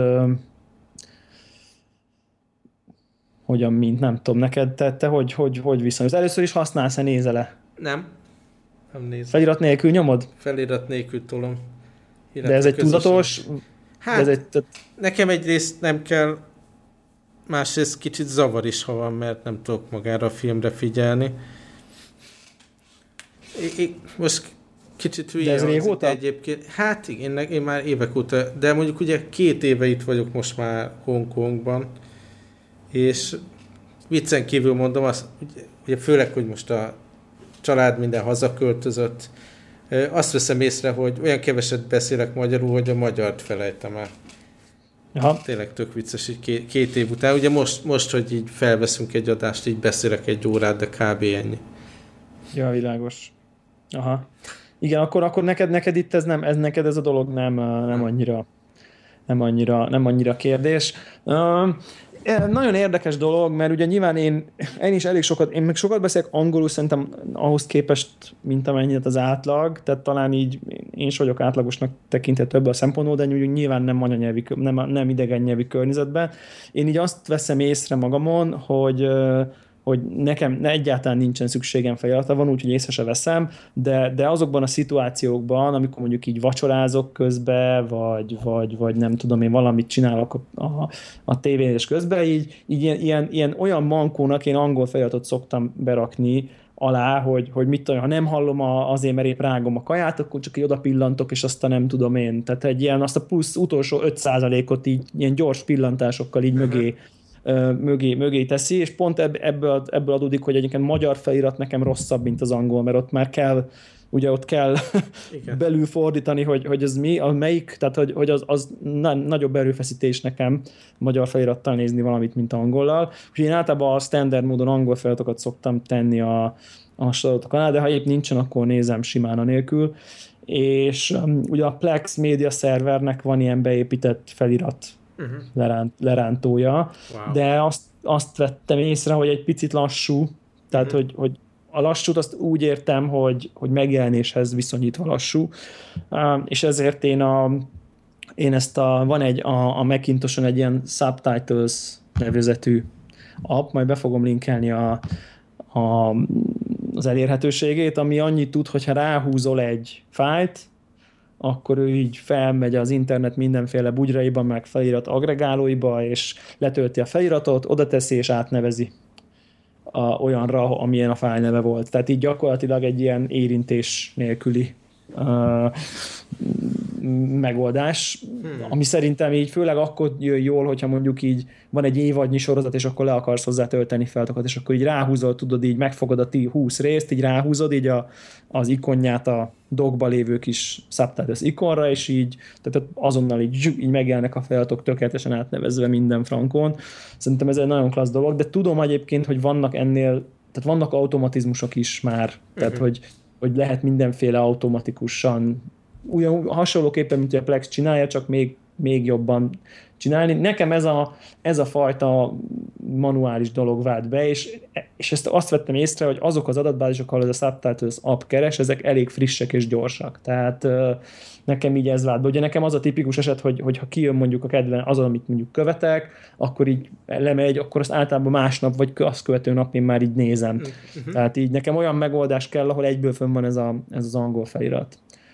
hogyan, mint nem tudom, neked te, te hogy, hogy, hogy viszonyulsz. Először is használsz-e, nézel-e? Nem. nem nézem. Felirat nélkül nyomod? Felirat nélkül tolom. De ez egy tudatos... Hát, ez egy, tehát... nekem egyrészt nem kell, másrészt kicsit zavar is, ha van, mert nem tudok magára a filmre figyelni. I- I- most kicsit hülye. De ez régóta? Egyébként. Hát igen, én már évek óta, de mondjuk ugye két éve itt vagyok most már Hongkongban, és viccen kívül mondom, azt, ugye főleg, hogy most a család minden hazaköltözött, azt veszem észre, hogy olyan keveset beszélek magyarul, hogy a magyart felejtem el. Aha. Tényleg tök vicces, így két, két év után. Ugye most, most, hogy így felveszünk egy adást, így beszélek egy órát, de kb. Ennyi. Ja, világos. Aha. Igen, akkor, akkor neked, neked itt ez nem, ez neked ez a dolog nem, nem annyira nem annyira, nem annyira kérdés. Uh, nagyon érdekes dolog, mert ugye nyilván én, én is elég sokat, én meg sokat beszélek angolul, szerintem ahhoz képest, mint amennyit az átlag, tehát talán így én is vagyok átlagosnak tekintett több a szempontból, de nyilván nem anyanyelvi, nem, nem idegen nyelvi környezetben. Én így azt veszem észre magamon, hogy hogy nekem ne, egyáltalán nincsen szükségem feliratra, van úgyhogy észre se veszem, de, de azokban a szituációkban, amikor mondjuk így vacsorázok közben, vagy, vagy, vagy nem tudom, én valamit csinálok a, a, a tévés közben, így, így ilyen, ilyen, ilyen olyan mankónak én angol feliratot szoktam berakni alá, hogy, hogy mit tudom, ha nem hallom a, azért, mert épp rágom a kaját, akkor csak így oda pillantok, és aztán nem tudom én. Tehát egy ilyen, azt a plusz utolsó öt százalékot így ilyen gyors pillantásokkal így mögé Mögé, mögé teszi, és pont ebből, ebből adódik, hogy egyébként magyar felirat nekem rosszabb, mint az angol, mert ott már kell, ugye ott kell belül fordítani, hogy, hogy ez mi, a melyik, tehát hogy, hogy az, az na, nagyobb erőfeszítés nekem magyar felirattal nézni valamit, mint angollal. Úgyhogy én általában a standard módon angol feliratokat szoktam tenni a, a sorozatokon, de ha épp nincsen, akkor nézem simán anélkül. És um, ugye a Plex média szervernek van ilyen beépített felirat Uh-huh. Leránt, lerántója, wow. De azt, azt vettem észre, hogy egy picit lassú, tehát uh-huh. hogy, hogy a lassút azt úgy értem, hogy, hogy megjelenéshez viszonyítva lassú, uh, és ezért én, a, én ezt a, van egy a, a Macintoson egy ilyen Subtitles nevezetű app, majd be fogom linkelni a, a, az elérhetőségét, ami annyit tud, hogyha ráhúzol egy fájlt, akkor ő így felmegy az internet mindenféle bugyraiba, meg felirat agregálóiba, és letölti a feliratot, oda teszi és átnevezi a, olyanra, amilyen a fájl neve volt. Tehát így gyakorlatilag egy ilyen érintés nélküli uh, megoldás, hmm. ami szerintem így főleg akkor jön jól, hogyha mondjuk így van egy évadnyi sorozat, és akkor le akarsz hozzá tölteni feladatokat, és akkor így ráhúzol, tudod, így megfogod a ti húsz részt, így ráhúzod így a, az ikonját a dogba lévő kis Subtitles ikonra, és így tehát azonnal így, így megjelennek a feladatok tökéletesen átnevezve minden frankon. Szerintem ez egy nagyon klassz dolog, de tudom egyébként, hogy vannak ennél, tehát vannak automatizmusok is már, uh-huh. tehát hogy, hogy lehet mindenféle automatikusan ugyan hasonlóképpen, mint a Plex csinálja, csak még, még jobban csinálni. Nekem ez a, ez a fajta manuális dolog vált be, és, és ezt azt vettem észre, hogy azok az adatbázisok, ahol ez a Subtitles app keres, ezek elég frissek és gyorsak. Tehát nekem így ez vált be. Ugye nekem az a tipikus eset, hogy, hogy ha kijön mondjuk a kedven az, amit mondjuk követek, akkor így lemegy, akkor azt általában másnap, vagy azt követő nap én már így nézem. Uh-huh. Tehát így nekem olyan megoldás kell, ahol egyből fönn van ez, a, ez az angol felirat.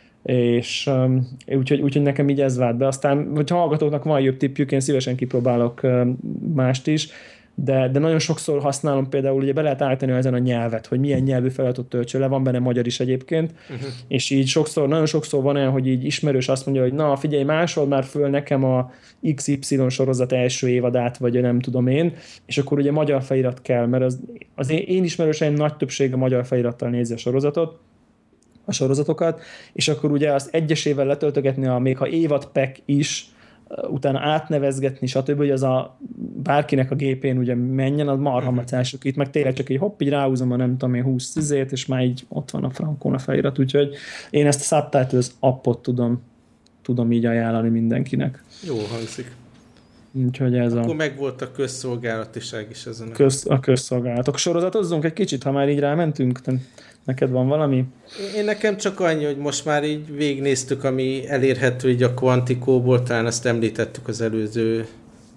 És um, úgyhogy, úgyhogy nekem így ez vált be. Aztán, hogyha hallgatóknak van jobb tippjük, én szívesen kipróbálok um, mást is, de, de nagyon sokszor használom például, ugye be lehet állítani ezen a nyelvet, hogy milyen nyelvű feladatot töltsön le, van benne magyar is egyébként, uh-huh. és így sokszor, nagyon sokszor van olyan, hogy így ismerős azt mondja, hogy na figyelj, máshol már föl nekem a iksz ipszilon sorozat első évadát, vagy nem tudom én, és akkor ugye magyar felirat kell, mert az, az én, én ismerőseim nagy többsége magyar felirattal nézi a sorozatot, a sorozatokat, és akkor ugye azt egyesével letöltögetni, a, még ha évad pack is, utána átnevezgetni, stb., hogy az a bárkinek a gépén ugye menjen, az marha macások itt, meg tényleg csak így hopp, így ráhúzom a nem tudom én húsz tizét, és már így ott van a frankón a felirat, úgyhogy én ezt a Subtitles appot tudom, tudom így ajánlani mindenkinek. Jó hangzik. Úgyhogy ez Akkor a... meg volt a közszolgálatiság is ezen. A, Köz, a közszolgálatok. Sorozatozzunk egy kicsit, ha már így rámentünk? Neked van valami? Én nekem csak annyi, hogy most már így végignéztük, ami elérhető így a Quantico-ból, talán azt említettük az előző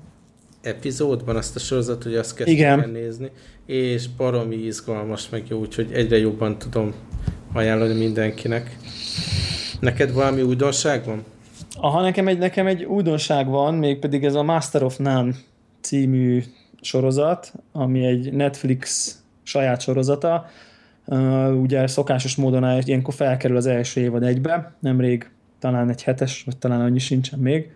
epizódban, azt a sorozat, hogy azt kezdtük el nézni, és baromi izgalmas, meg jó, úgyhogy egyre jobban tudom ajánlani mindenkinek. Neked valami újdonság van? Aha, nekem egy, nekem egy újdonság van, mégpedig ez a Master of None című sorozat, ami egy Netflix saját sorozata. Uh, ugye szokásos módon ilyenkor felkerül az első évad egybe, nemrég talán egy hetes, vagy talán annyi sincsen még.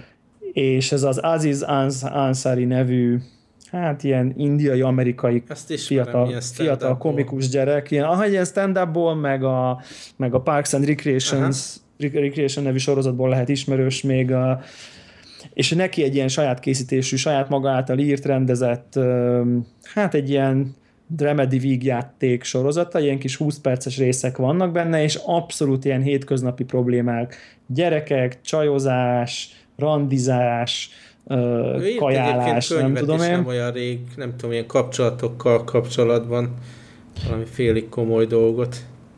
És ez az Aziz Ansari nevű, hát ilyen indiai-amerikai fiatal, fiatal komikus gyerek, ilyen, aha, ilyen stand-upból, meg a, meg a Parks and Recreations, Recreation nevű sorozatból lehet ismerős még, a, és neki egy ilyen saját készítésű, saját maga által írt, rendezett, hát egy ilyen dramedy vígjáték sorozata, ilyen kis húsz perces részek vannak benne, és abszolút ilyen hétköznapi problémák, gyerekek, csajozás, randizás, uh, kajálás, nem tudom én. Nem olyan rég, nem tudom, ilyen kapcsolatokkal kapcsolatban valami félig komoly dolgot.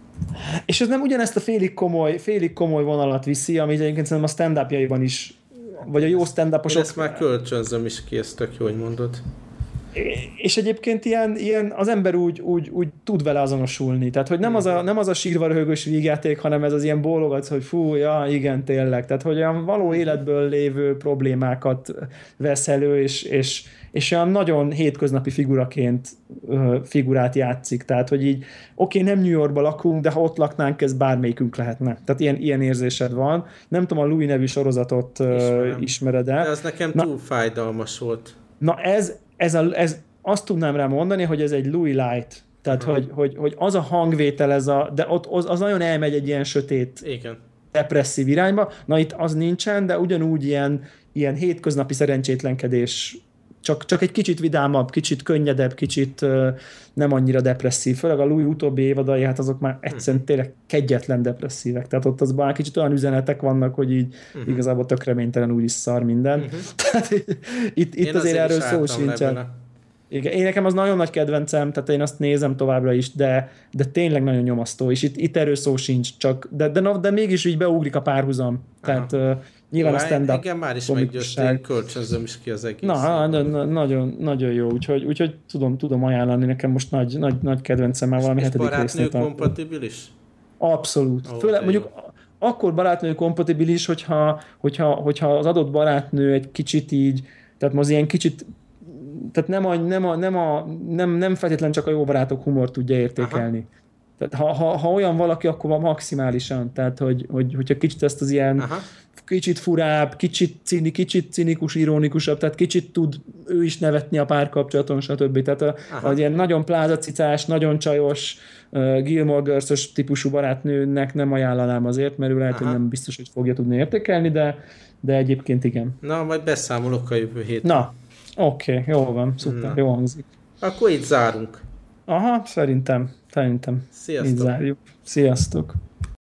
És ez nem ugyanezt a félig komoly, félig komoly vonalat viszi, amit egyébként szerintem a stand-upjaiban is, vagy a jó stand-uposok... Én ezt már kölcsönzöm is ki, ezt tök jó, hogy mondod. És egyébként ilyen, ilyen az ember úgy, úgy, úgy tud vele azonosulni. Tehát, hogy nem az a, nem az a sírva röhögős vígjáték, hanem ez az ilyen bólogatsz, hogy fú, ja, igen, tényleg. Tehát, hogy olyan való életből lévő problémákat vesz elő, és, és, és olyan nagyon hétköznapi figuraként uh, figurát játszik. Tehát, hogy így, oké, okay, nem New Yorkban lakunk, de ha ott laknánk, ez bármelyikünk lehetne. Tehát ilyen, ilyen érzésed van. Nem tudom, a Louis nevű sorozatot uh, ismered-e. De az nekem Na, túl fájdalmas volt. Na ez Ez, a, ez azt tudnám rá mondani, hogy ez egy Louis Light. Tehát, uh-huh. hogy, hogy, hogy az a hangvétel, ez a, de ott az, az nagyon elmegy egy ilyen sötét, igen, depresszív irányba. Na itt az nincsen, de ugyanúgy ilyen, ilyen hétköznapi szerencsétlenkedés, csak, csak egy kicsit vidámabb, kicsit könnyedebb, kicsit uh, nem annyira depresszív. Főleg a Louis utóbbi évadai, hát azok már egyszerűen tényleg kegyetlen depresszívek. Tehát ott az már kicsit olyan üzenetek vannak, hogy így uh-huh. igazából tök reménytelen, úgyis szar minden. Uh-huh. Tehát itt, itt azért erről szó sincsen. Igen, én nekem az nagyon nagy kedvencem, tehát én azt nézem továbbra is, de, de tényleg nagyon nyomasztó, és itt, itt erről szó sincs, csak, de, de, de mégis így beugrik a párhuzam. Tehát uh, nyilván jó, a stand-up igen, már is meggyőzte, én kölcsönzöm is ki az egész. Na, na, na nagyon, nagyon jó, úgyhogy, úgyhogy tudom, tudom ajánlani, nekem most nagy, nagy, nagy kedvencem, már valami hetedik résznél. És barátnő kompatibilis? Abszolút. Oh, Főleg mondjuk jó. Akkor barátnő kompatibilis, hogyha, hogyha, hogyha az adott barátnő egy kicsit így, tehát most ilyen kicsit, tehát nem, a, nem, a, nem, a, nem, nem feltétlen csak a jó barátok humor tudja értékelni. Aha. Tehát ha, ha, ha olyan valaki, akkor maximálisan. Tehát, hogy, hogy, hogyha kicsit ezt az ilyen aha. kicsit furább, kicsit, cini, kicsit cinikus, ironikusabb, tehát kicsit tud ő is nevetni a párkapcsolaton, stb. Tehát a, az ilyen nagyon plázacicás, nagyon csajos, uh, Gilmore Girls-ös típusú barátnőnek nem ajánlanám azért, mert ő lehet, hogy nem biztos, hogy fogja tudni értékelni, de, de egyébként igen. Na, majd beszámolok a jövő héten. Na, oké, okay, jó van, szuper, Na. jó hangzik. Akkor itt zárunk. Aha, szerintem, szerintem. Sziasztok. Így zárjuk. Sziasztok.